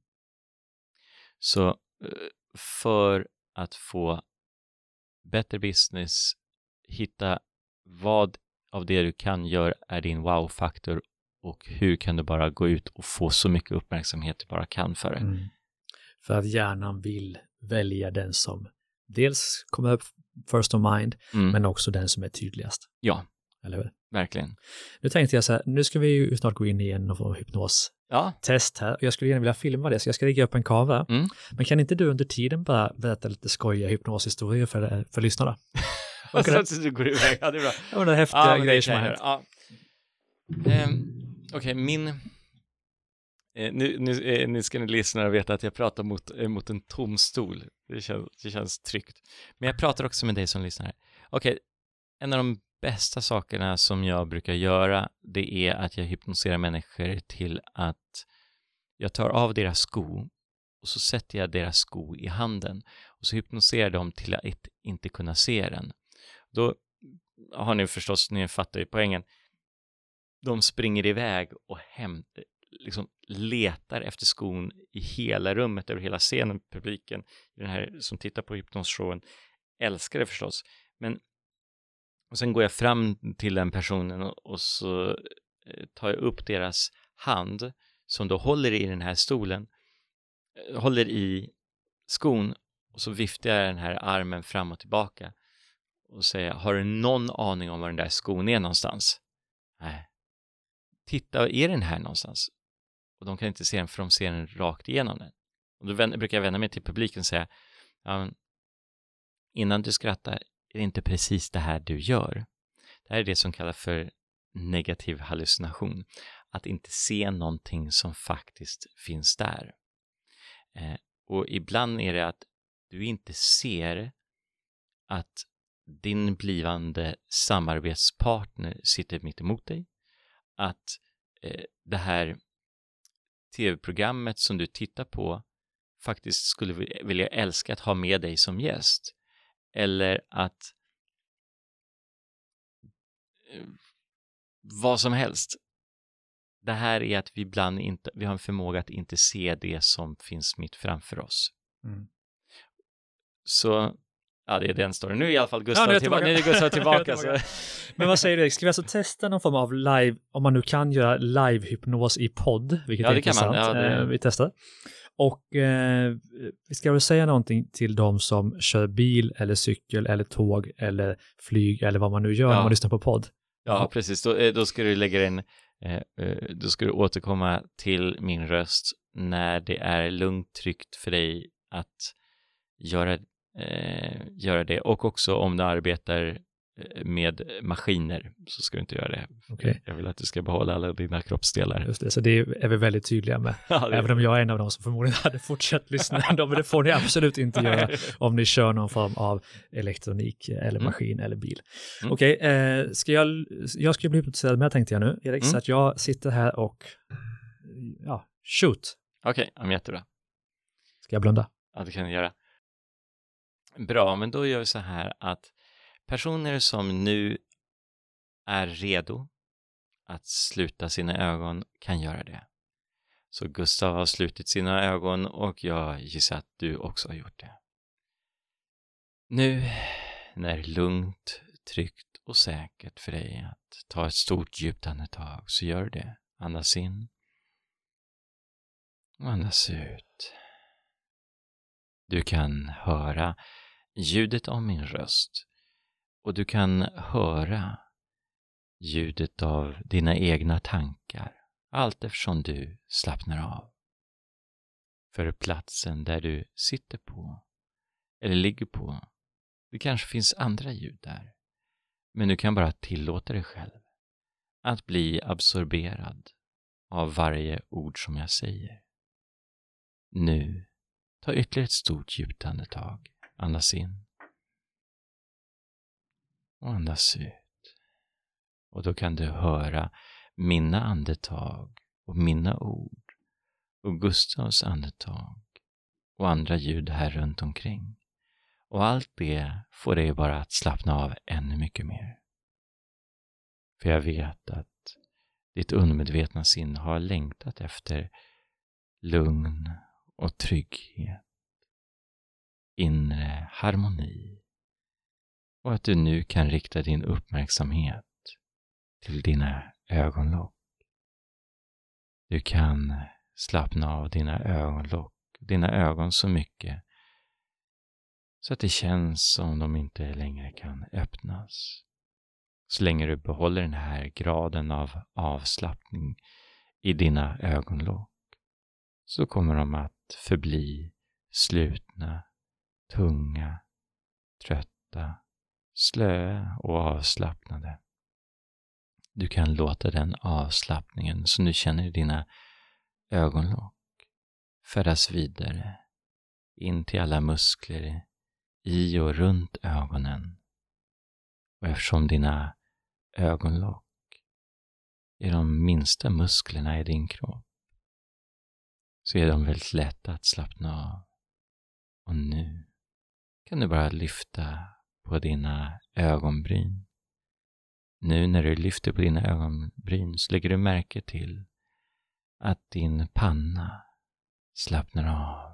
Så för att få bättre business, hitta vad av det du kan göra är din wow-faktor och hur kan du bara gå ut och få så mycket uppmärksamhet du bara kan för det. För att hjärnan vill välja den som dels kommer upp first of mind, men också den som är tydligast. Ja, eller hur? Verkligen. Nu tänkte jag så här, nu ska vi ju snart gå in i en hypnos-test här. Jag skulle gärna vilja filma det, så jag ska lägga upp en kamera. Men kan inte du under tiden bara berätta lite skojiga hypnoshistorier för lyssnarna? Du går iväg, ja det är bra. Ja, det är häftiga grejer som har hänt. Okej, nu ska ni lyssnare veta att jag pratar mot en tom stol. Det känns tryggt. Men jag pratar också med dig som lyssnar. Okej, en av de bästa sakerna som jag brukar göra, det är att jag hypnoserar människor till att jag tar av deras sko och så sätter jag deras sko i handen och så hypnoserar dem till att inte kunna se den. Då har ni förstås, ni fattar ju poängen. De springer iväg och liksom letar efter skon i hela rummet, över hela scenen. Publiken i den här som tittar på hypnosshowen älskar det förstås. Och sen går jag fram till den personen och så tar jag upp deras hand som då håller i den här stolen, håller i skon, och så viftar jag den här armen fram och tillbaka och säger: har du någon aning om var den där skon är någonstans? Nej. Titta, är den här någonstans? Och de kan inte se den för de ser den rakt igenom den. Och då brukar jag vända mig till publiken och säga: ja, innan du skrattar, är det inte precis det här du gör? Det här är det som kallas för negativ hallucination. Att inte se någonting som faktiskt finns där. Och ibland är det att du inte ser att din blivande samarbetspartner sitter mitt emot dig. Att det här tv-programmet som du tittar på faktiskt skulle vilja älska att ha med dig som gäst. Eller att vad som helst. Det här är att vi har en förmåga att inte se det som finns mitt framför oss. Så ja, det är den storyn. Nu är i alla fall Gustav tillbaka. Så. Men vad säger du? Ska vi alltså testa någon form av live, om man nu kan göra live-hypnos i podd, vilket är intressant. Vi testar. Och vi ska väl säga någonting till de som kör bil eller cykel eller tåg eller flyg eller vad man nu gör när man lyssnar på podd. Ja, precis. Då ska du lägga in, då ska du återkomma till min röst när det är lugnt, tryggt för dig att göra det. Och också om du arbetar med maskiner så ska du inte göra det. Okay. Jag vill att du ska behålla alla dina kroppsdelar. Just det, så det är vi väldigt tydliga med. Ja, även om jag är en av dem som förmodligen hade fortsatt lyssna. Men det får ni absolut inte göra om ni kör någon form av elektronik eller maskin eller bil. Okej, jag ska bli intresserad med, tänkte jag nu, Erik, så att jag sitter här och shoot. Okej, jättebra. Ska jag blunda? Ja, det kan du göra. Bra, men då gör vi så här att personer som nu är redo att sluta sina ögon kan göra det. Så Gustav har slutit sina ögon och jag gissar att du också har gjort det. Nu när det är lugnt, tryggt och säkert för dig att ta ett stort djupt andetag, så gör det. Andas in och andas ut. Du kan höra ljudet av min röst och du kan höra ljudet av dina egna tankar allt eftersom du slappnar av. För platsen där du sitter på eller ligger på, det kanske finns andra ljud där, men du kan bara tillåta dig själv att bli absorberad av varje ord som jag säger. Nu, ta ytterligare ett stort djupt andetag. Andas in och andas ut. Och då kan du höra mina andetag och mina ord och Gustavs andetag och andra ljud här runt omkring. Och allt det får dig bara att slappna av ännu mycket mer. För jag vet att ditt undermedvetna sinne har längtat efter lugn och trygghet, inre harmoni, och att du nu kan rikta din uppmärksamhet till dina ögonlock. Du kan slappna av dina ögonlock, dina ögon så mycket så att det känns som de inte längre kan öppnas. Så länge du behåller den här graden av avslappning i dina ögonlock så kommer de att förbli slutna, tunga, trötta, slöa och avslappnade. Du kan låta den avslappningen som du känner i dina ögonlock färdas vidare in till alla muskler i och runt ögonen. Och eftersom dina ögonlock är de minsta musklerna i din kropp så är de väldigt lätta att slappna av. Och nu kan du bara lyfta på dina ögonbryn. Nu när du lyfter på dina ögonbryn så lägger du märke till att din panna slappnar av.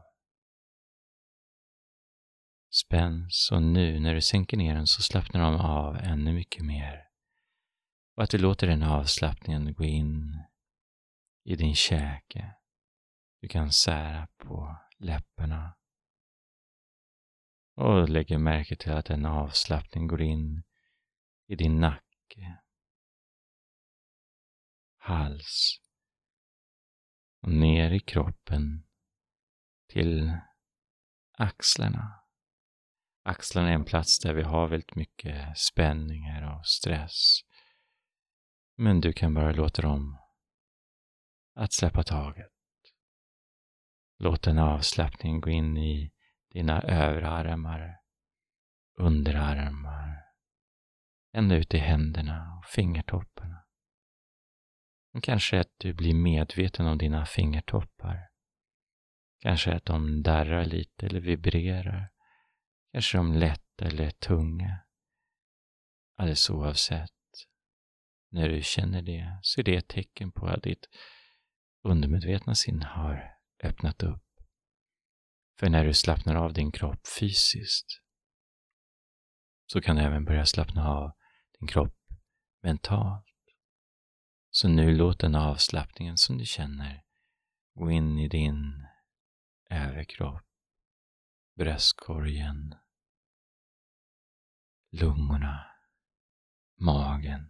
Spänns, och nu när du sänker ner den så slappnar de av ännu mycket mer. Och att du låter den avslappningen gå in i din käke. Du kan sära på läpparna. Och lägger märke till att en avslappning går in i din nacke, hals och ner i kroppen till axlarna. Axlarna är en plats där vi har väldigt mycket spänningar och stress. Men du kan bara låta dem att släppa taget. Låt en avslappning gå in i dina överarmar, underarmar, ända ut i händerna och fingertopparna. Och kanske att du blir medveten om dina fingertoppar. Kanske att de darrar lite eller vibrerar. Kanske de lätta eller tunga. Alldeles oavsett. När du känner det så är det ett tecken på att ditt undermedvetna sinne har öppnat upp. För när du slappnar av din kropp fysiskt så kan du även börja slappna av din kropp mentalt. Så nu låt den avslappningen som du känner gå in i din överkropp, bröstkorgen, lungorna, magen.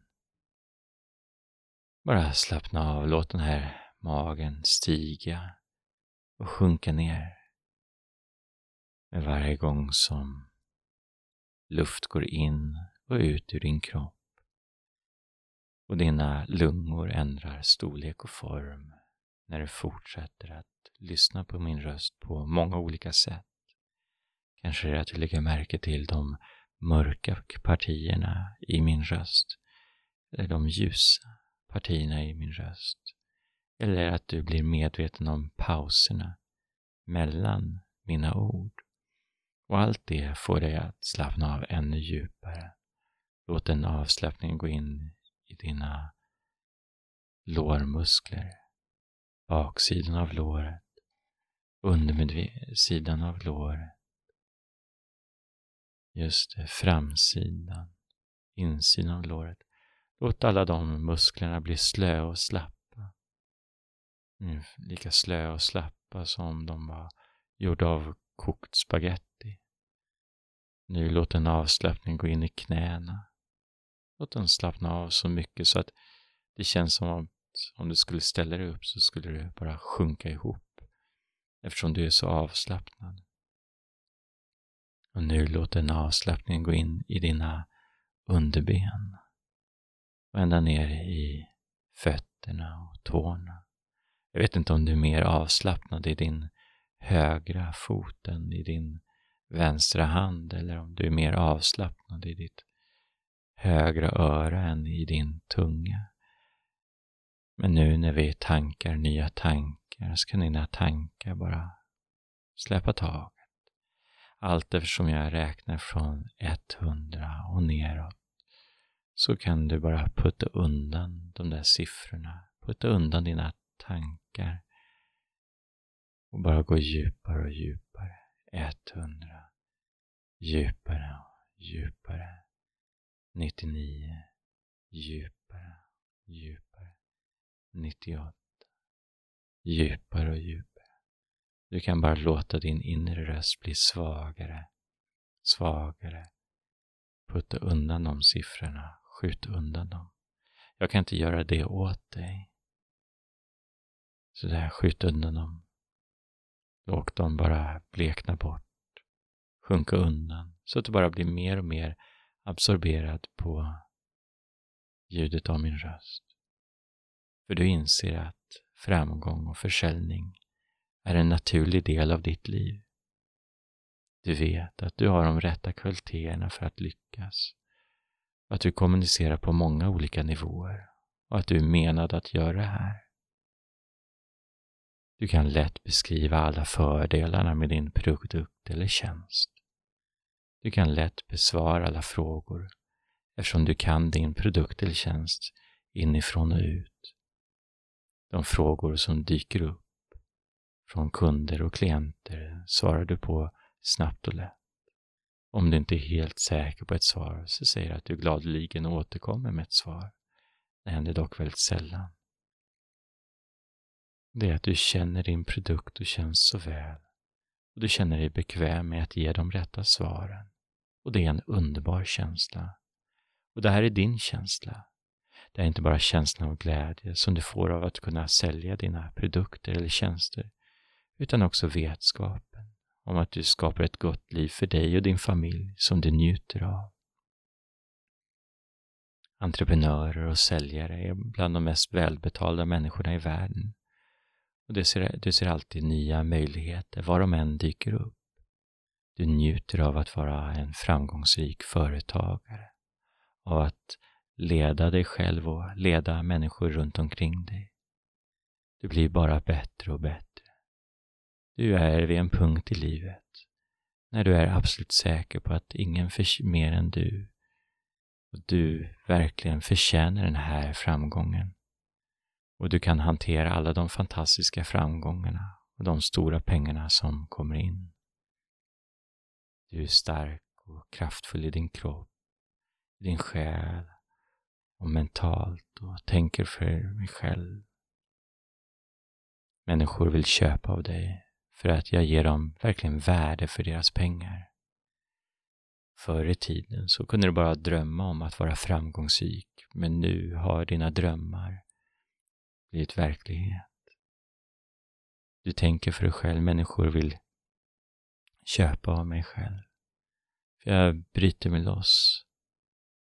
Bara slappna av, låt den här magen stiga och sjunka ner med varje gång som luft går in och ut ur din kropp. Och dina lungor ändrar storlek och form när du fortsätter att lyssna på min röst på många olika sätt. Kanske är det att du lägger märke till de mörka partierna i min röst, eller de ljusa partierna i min röst. Eller att du blir medveten om pauserna mellan mina ord. Och allt det får dig att slappna av ännu djupare. Låt den avslappningen gå in i dina lårmuskler, baksidan av låret, undersidan av låret. Just det, framsidan, insidan av låret. Låt alla de musklerna bli slöa och slappa. Lika slöa och slappa som de var gjorda av kokt spaghetti. Nu låt en avslappning gå in i knäna. Låt den slappna av så mycket så att det känns som att om du skulle ställa dig upp så skulle du bara sjunka ihop. Eftersom du är så avslappnad. Och nu låt en avslappning gå in i dina underben. Och ända ner i fötterna och tårna. Jag vet inte om du är mer avslappnad i din högra fot än i din vänstra hand. Eller om du är mer avslappnad i ditt högra öra än i din tunga. Men nu när vi tankar nya tankar så kan dina tankar bara släppa taget. Allt eftersom jag räknar från 100 och neråt så kan du bara putta undan de där siffrorna. Putta undan dina tankar och bara gå djupare och djupare. 100, djupare och djupare. 99, djupare, djupare. 98, djupare och djupare. Du kan bara låta din inre röst bli svagare, svagare. Putta undan de siffrorna, skjut undan dem. Jag kan inte göra det åt dig. Så där, skjut undan dem. Låt dem bara blekna bort, sjunka undan. Så att du bara blir mer och mer absorberad på ljudet av min röst. För du inser att framgång och försäljning är en naturlig del av ditt liv. Du vet att du har de rätta kvaliteterna för att lyckas. Att du kommunicerar på många olika nivåer och att du är menad att göra det här. Du kan lätt beskriva alla fördelarna med din produkt eller tjänst. Du kan lätt besvara alla frågor eftersom du kan din produkt eller tjänst inifrån och ut. De frågor som dyker upp från kunder och klienter svarar du på snabbt och lätt. Om du inte är helt säker på ett svar så säger du att du gladeligen återkommer med ett svar. Det händer dock väldigt sällan. Det är att du känner din produkt och tjänst så väl. Och du känner dig bekväm med att ge de rätta svaren. Och det är en underbar känsla. Och det här är din känsla. Det är inte bara känslan av glädje som du får av att kunna sälja dina produkter eller tjänster. Utan också vetskapen om att du skapar ett gott liv för dig och din familj som du njuter av. Entreprenörer och säljare är bland de mest välbetalda människorna i världen. Och du ser alltid nya möjligheter var de än dyker upp. Du njuter av att vara en framgångsrik företagare. Av att leda dig själv och leda människor runt omkring dig. Du blir bara bättre och bättre. Du är vid en punkt i livet när du är absolut säker på att ingen mer än du och du verkligen förtjänar den här framgången. Och du kan hantera alla de fantastiska framgångarna och de stora pengarna som kommer in. Du är stark och kraftfull i din kropp, i din själ och mentalt och tänker för dig själv. Människor vill köpa av dig för att jag ger dem verkligen värde för deras pengar. Förr i tiden så kunde du bara drömma om att vara framgångsrik, men nu har dina drömmar blivit verklighet. Du tänker för dig själv, människor vill köpa av mig själv. För jag bryter mig loss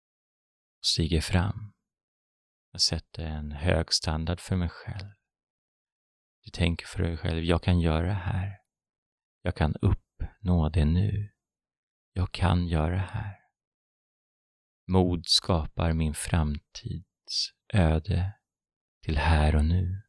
och stiger fram. Jag sätter en hög standard för mig själv. Du tänker för dig själv, jag kan göra det här. Jag kan uppnå det nu. Jag kan göra det här. Mod skapar min framtids öde till här och nu.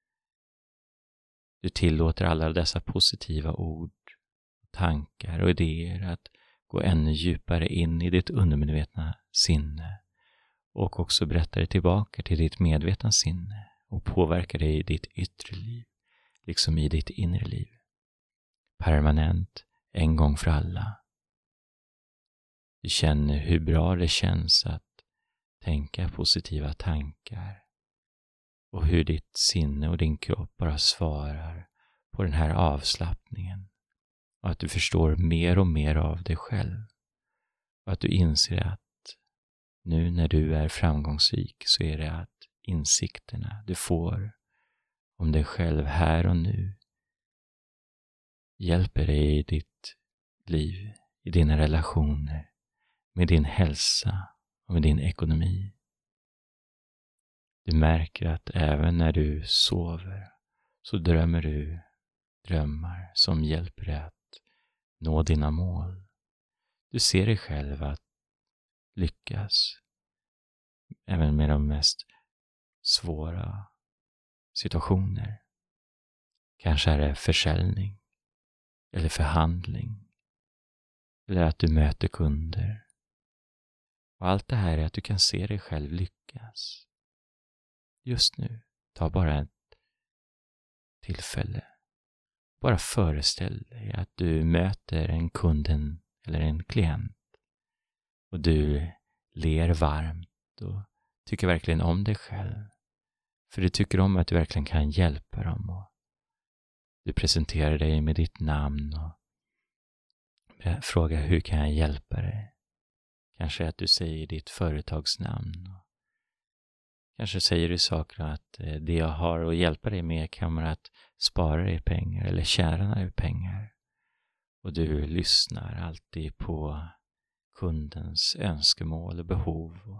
Du tillåter alla dessa positiva ord, tankar och idéer att gå ännu djupare in i ditt undermedvetna sinne och också berätta det tillbaka till ditt medvetna sinne och påverka dig i ditt yttre liv, liksom i ditt inre liv. Permanent, en gång för alla. Du känner hur bra det känns att tänka positiva tankar och hur ditt sinne och din kropp bara svarar på den här avslappningen och att du förstår mer och mer av dig själv och att du inser att nu när du är framgångsrik så är det att insikterna du får om dig själv här och nu hjälper dig i ditt liv, i dina relationer, med din hälsa och med din ekonomi. Du märker att även när du sover så drömmer du drömmar som hjälper dig att nå dina mål. Du ser dig själv att lyckas även med de mest svåra situationer. Kanske är det försäljning eller förhandling eller att du möter kunder. Och allt det här är att du kan se dig själv lyckas. Just nu, ta bara ett tillfälle. Bara föreställ dig att du möter en kunden eller en klient och du ler varmt och tycker verkligen om dig själv. För du tycker om att du verkligen kan hjälpa dem och du presenterar dig med ditt namn och frågar hur kan jag hjälpa dig. Kanske att du säger ditt företagsnamn. Kanske säger du saker att det jag har att hjälpa dig med kommer att spara dig pengar eller tjäna dig pengar. Och du lyssnar alltid på kundens önskemål och behov.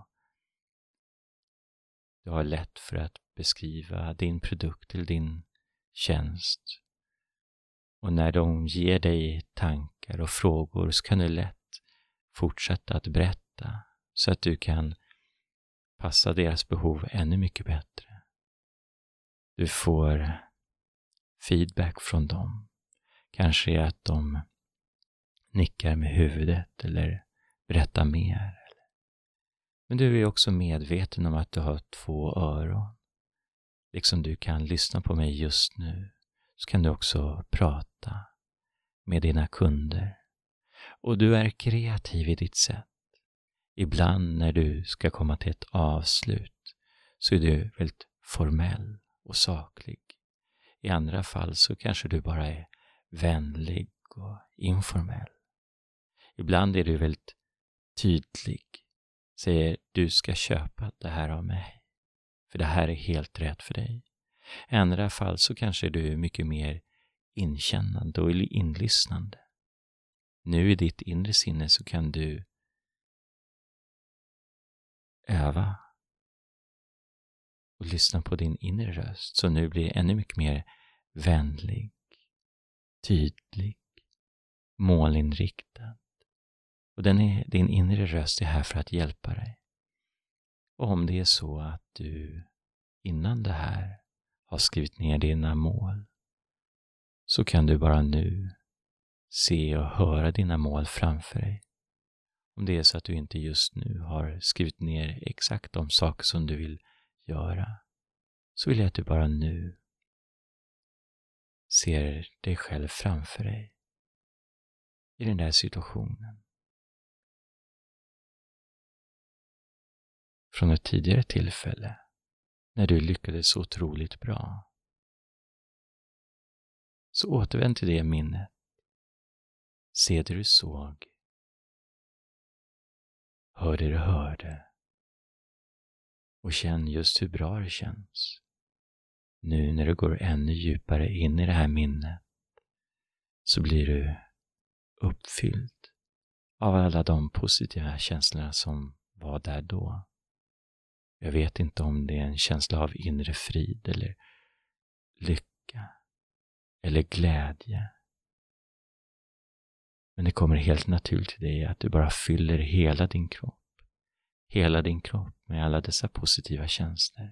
Du har lätt för att beskriva din produkt eller din tjänst. Och när de ger dig tankar och frågor så kan du lätt fortsätta att berätta så att du kan passa deras behov ännu mycket bättre. Du får feedback från dem. Kanske att de nickar med huvudet eller berättar mer. Men du är också medveten om att du har 2 öron. Liksom du kan lyssna på mig just nu så kan du också prata med dina kunder. Och du är kreativ i ditt sätt. Ibland när du ska komma till ett avslut så är du väldigt formell och saklig. I andra fall så kanske du bara är vänlig och informell. Ibland är du väldigt tydlig. Säger du ska köpa det här av mig. För det här är helt rätt för dig. I andra fall så kanske du är mycket mer inkännande och inlyssnande. Nu i ditt inre sinne så kan du öva och lyssna på din inre röst så nu blir ännu mycket mer vänlig, tydlig, målinriktad. Och din inre röst är här för att hjälpa dig. Och om det är så att du innan det här har skrivit ner dina mål så kan du bara nu se och höra dina mål framför dig. Om det är så att du inte just nu har skrivit ner exakt de saker som du vill göra så vill jag att du bara nu ser dig själv framför dig i den där situationen. Från ett tidigare tillfälle när du lyckades så otroligt bra. Så återvänd till det minnet. Se det du såg. Hör det du hörde. Och känn just hur bra det känns. Nu när du går ännu djupare in i det här minnet så blir du uppfylld av alla de positiva känslorna som var där då. Jag vet inte om det är en känsla av inre frid eller lycka eller glädje. Men det kommer helt naturligt till dig att du bara fyller hela din kropp med alla dessa positiva känslor.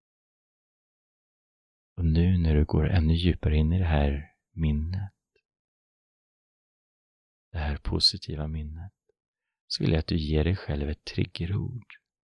Och nu när du går ännu djupare in i det här minnet, det här positiva minnet, så vill jag att du ger dig själv ett triggerord.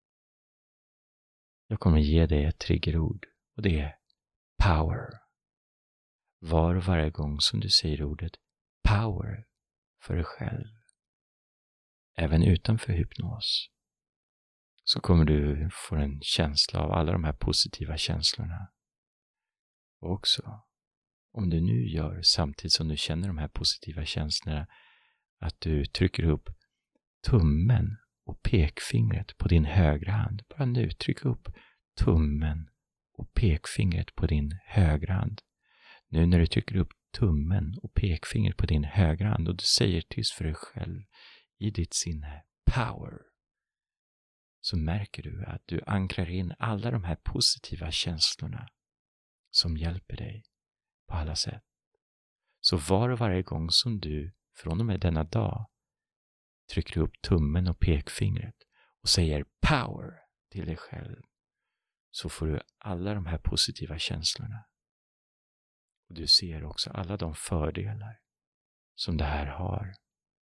Jag kommer ge dig ett triggerord och det är power. Var och varje gång som du säger ordet power för dig själv, även utanför hypnos, så kommer du få en känsla av alla de här positiva känslorna. Och också, om du nu gör samtidigt som du känner de här positiva känslorna, att du trycker upp tummen och pekfingret på din högra hand. Bara nu, tryck upp tummen och pekfingret på din högra hand. Nu när du trycker upp tummen och pekfingret på din högra hand och du säger tyst för dig själv i ditt sinne power, så märker du att du ankrar in alla de här positiva känslorna som hjälper dig på alla sätt. Så var och varje gång som du från och med denna dag trycker upp tummen och pekfingret och säger power till dig själv, så får du alla de här positiva känslorna. Och du ser också alla de fördelar som det här har.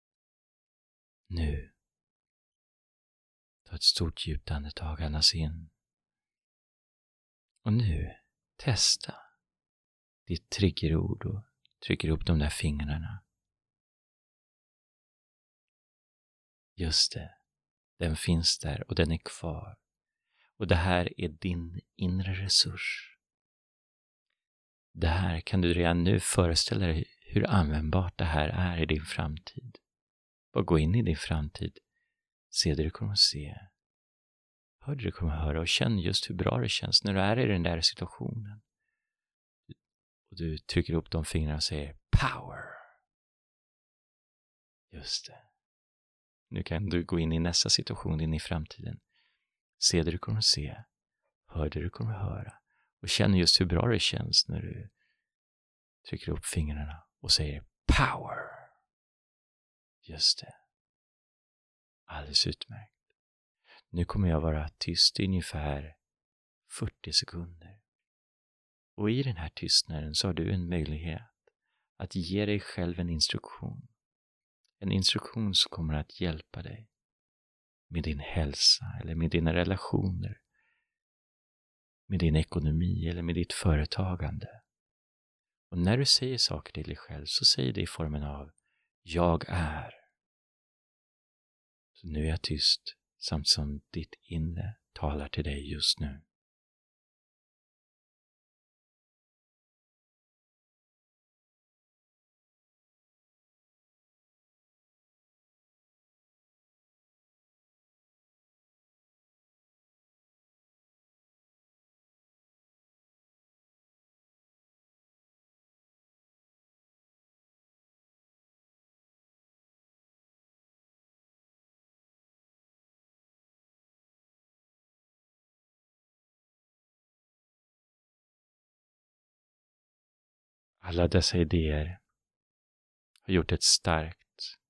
Nu, ta ett stort djupt andetag, andas in. Och nu, testa ditt triggerord och trycker upp de där fingrarna. Just det, den finns där och den är kvar. Och det här är din inre resurs. Det här kan du redan nu föreställa dig hur användbart det här är i din framtid. Bara gå in i din framtid. Se det du kommer att se. Hör det du kommer att höra och känn just hur bra det känns när du är i den där situationen. Och du trycker upp de fingrarna och säger power. Just det. Nu kan du gå in i nästa situation in i framtiden. Se det du kommer att se. Hör det du kommer att höra. Och känn just hur bra det känns när du trycker upp fingrarna och säger power. Just det. Alldeles utmärkt. Nu kommer jag vara tyst i ungefär 40 sekunder. Och i den här tystnaden så har du en möjlighet att ge dig själv en instruktion. En instruktion som kommer att hjälpa dig med din hälsa eller med dina relationer, med din ekonomi eller med ditt företagande. Och när du säger saker till dig själv så säg det i formen av jag är. Så nu är jag tyst samt som ditt inre talar till dig just nu. Alla dessa idéer har gjort ett starkt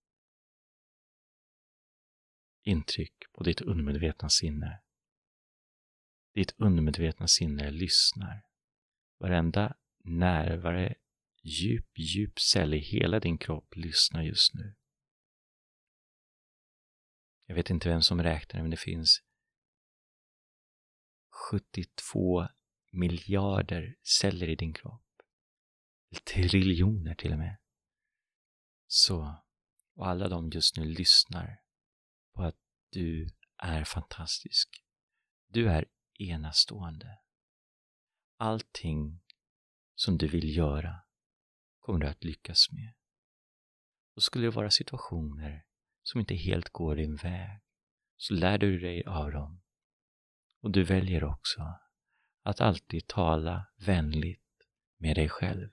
intryck på ditt undermedvetna sinne. Ditt undermedvetna sinne lyssnar. Varenda nerv, varje djup cell i hela din kropp lyssnar just nu. Jag vet inte vem som räknar, men det finns 72 miljarder celler i din kropp. Triljoner till och med. Så, och alla de just nu lyssnar på att du är fantastisk. Du är enastående. Allting som du vill göra kommer du att lyckas med. Och skulle det vara situationer som inte helt går din väg, så lär du dig av dem. Och du väljer också att alltid tala vänligt med dig själv.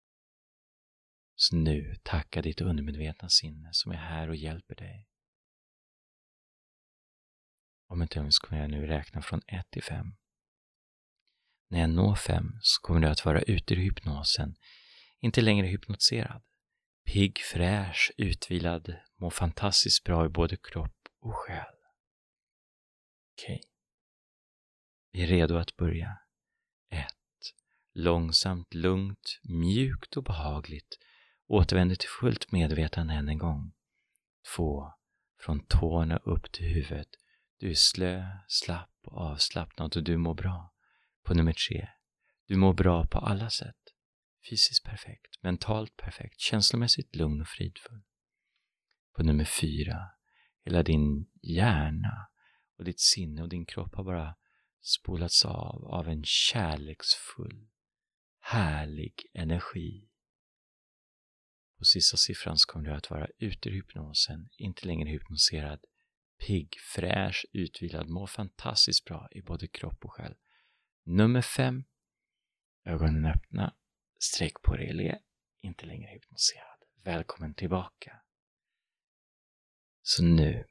Så nu tacka ditt undermedvetna sinne som är här och hjälper dig. Om ett ögonblick kommer jag nu räkna från 1 till 5. När jag når 5 så kommer du att vara ute ur hypnosen, inte längre hypnotiserad. Pigg, fräsch, utvilad, mår fantastiskt bra i både kropp och själ. Okej. Vi är redo att börja. 1. Långsamt, lugnt, mjukt och behagligt. Återvänder till fullt medvetande än en gång. 2. Från tårna upp till huvudet. Du är slö, slapp och avslappnad och du mår bra. På nummer 3. Du mår bra på alla sätt. Fysiskt perfekt, mentalt perfekt, känslomässigt lugn och fridfull. På nummer 4. Hela din hjärna och ditt sinne och din kropp har bara spolats av en kärleksfull, härlig energi. På sista siffran så kommer du att vara ute ur hypnosen, inte längre hypnotiserad, pigg, fräsch, utvilad, mår fantastiskt bra i både kropp och själ. Nummer 5. Ögonen öppna, sträck på dig, le, inte längre hypnotiserad. Välkommen tillbaka. Så nu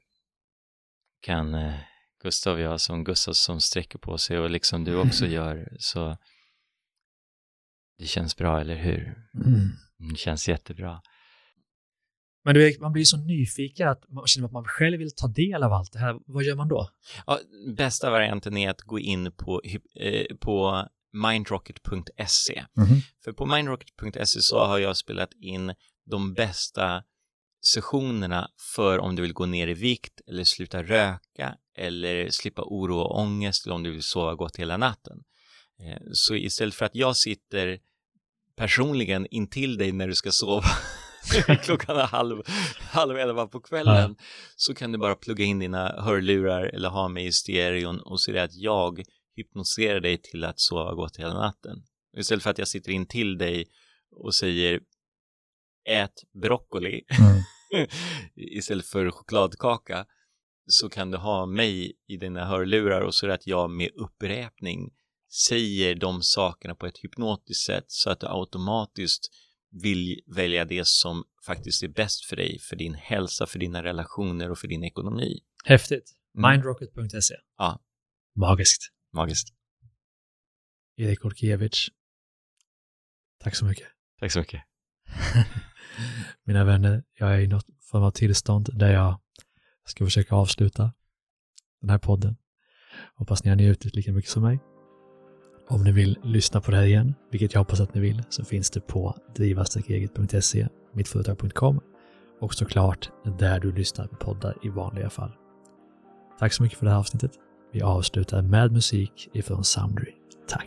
kan Gustav och jag som Gustav som sträcker på sig och liksom du också gör, så det känns bra, eller hur? Det känns jättebra. Men du, man blir så nyfiken att man känner att man själv vill ta del av allt det här. Vad gör man då? Ja, bästa varianten är att gå in på mindrocket.se. För på mindrocket.se så har jag spelat in de bästa sessionerna för om du vill gå ner i vikt eller sluta röka eller slippa oro och ångest eller om du vill sova gott hela natten. Så istället för att jag sitter personligen intill dig när du ska sova klockan är halv 11 på kvällen, så kan du bara plugga in dina hörlurar eller ha mig i stereon och se att jag hypnotiserar dig till att sova gott hela natten. Istället för att jag sitter in till dig och säger ät broccoli istället för chokladkaka, så kan du ha mig i dina hörlurar och så är det att jag med upprepning säger de sakerna på ett hypnotiskt sätt så att du automatiskt vill välja det som faktiskt är bäst för dig, för din hälsa, för dina relationer och för din ekonomi. Häftigt. Mindrocket.se. Ja. Magiskt. Erik Olkiewicz. Tack så mycket. Tack så mycket. Mina vänner, jag är i något form av tillstånd där jag ska försöka avsluta den här podden. Hoppas ni har njutit lika mycket som mig. Om ni vill lyssna på det här igen, vilket jag hoppas att ni vill, så finns det på driva-eget.se, mittföretag.com och såklart där du lyssnar på poddar i vanliga fall. Tack så mycket för det här avsnittet. Vi avslutar med musik ifrån Soundry. Tack!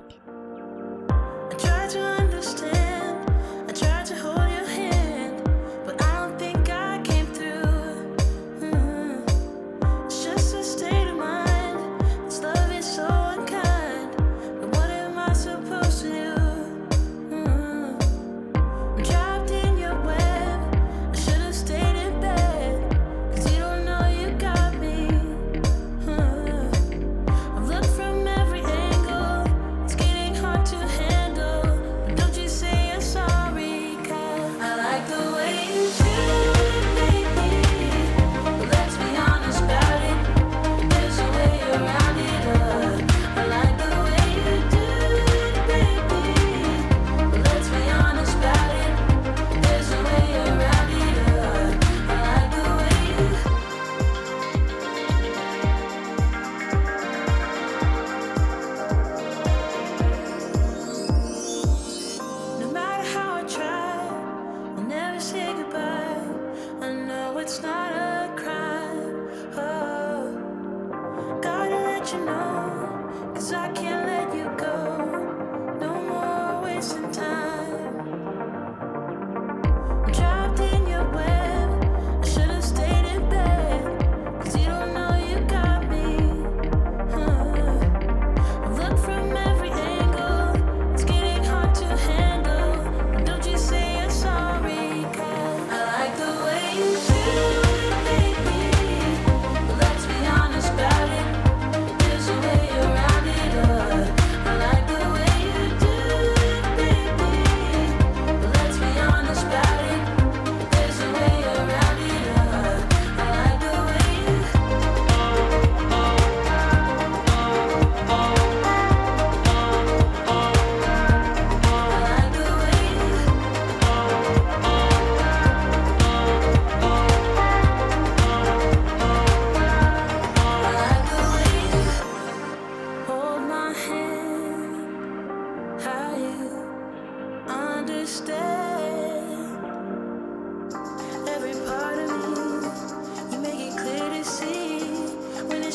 Let's be honest about it. There's a way around it.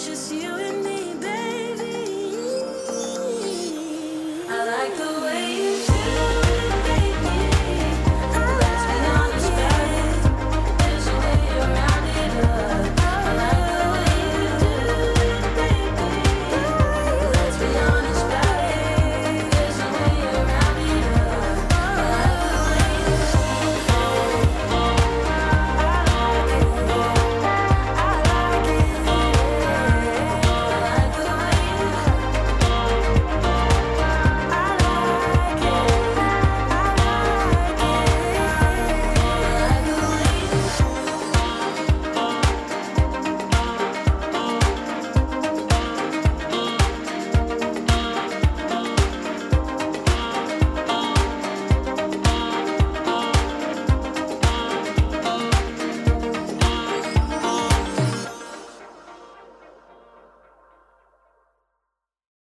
just you and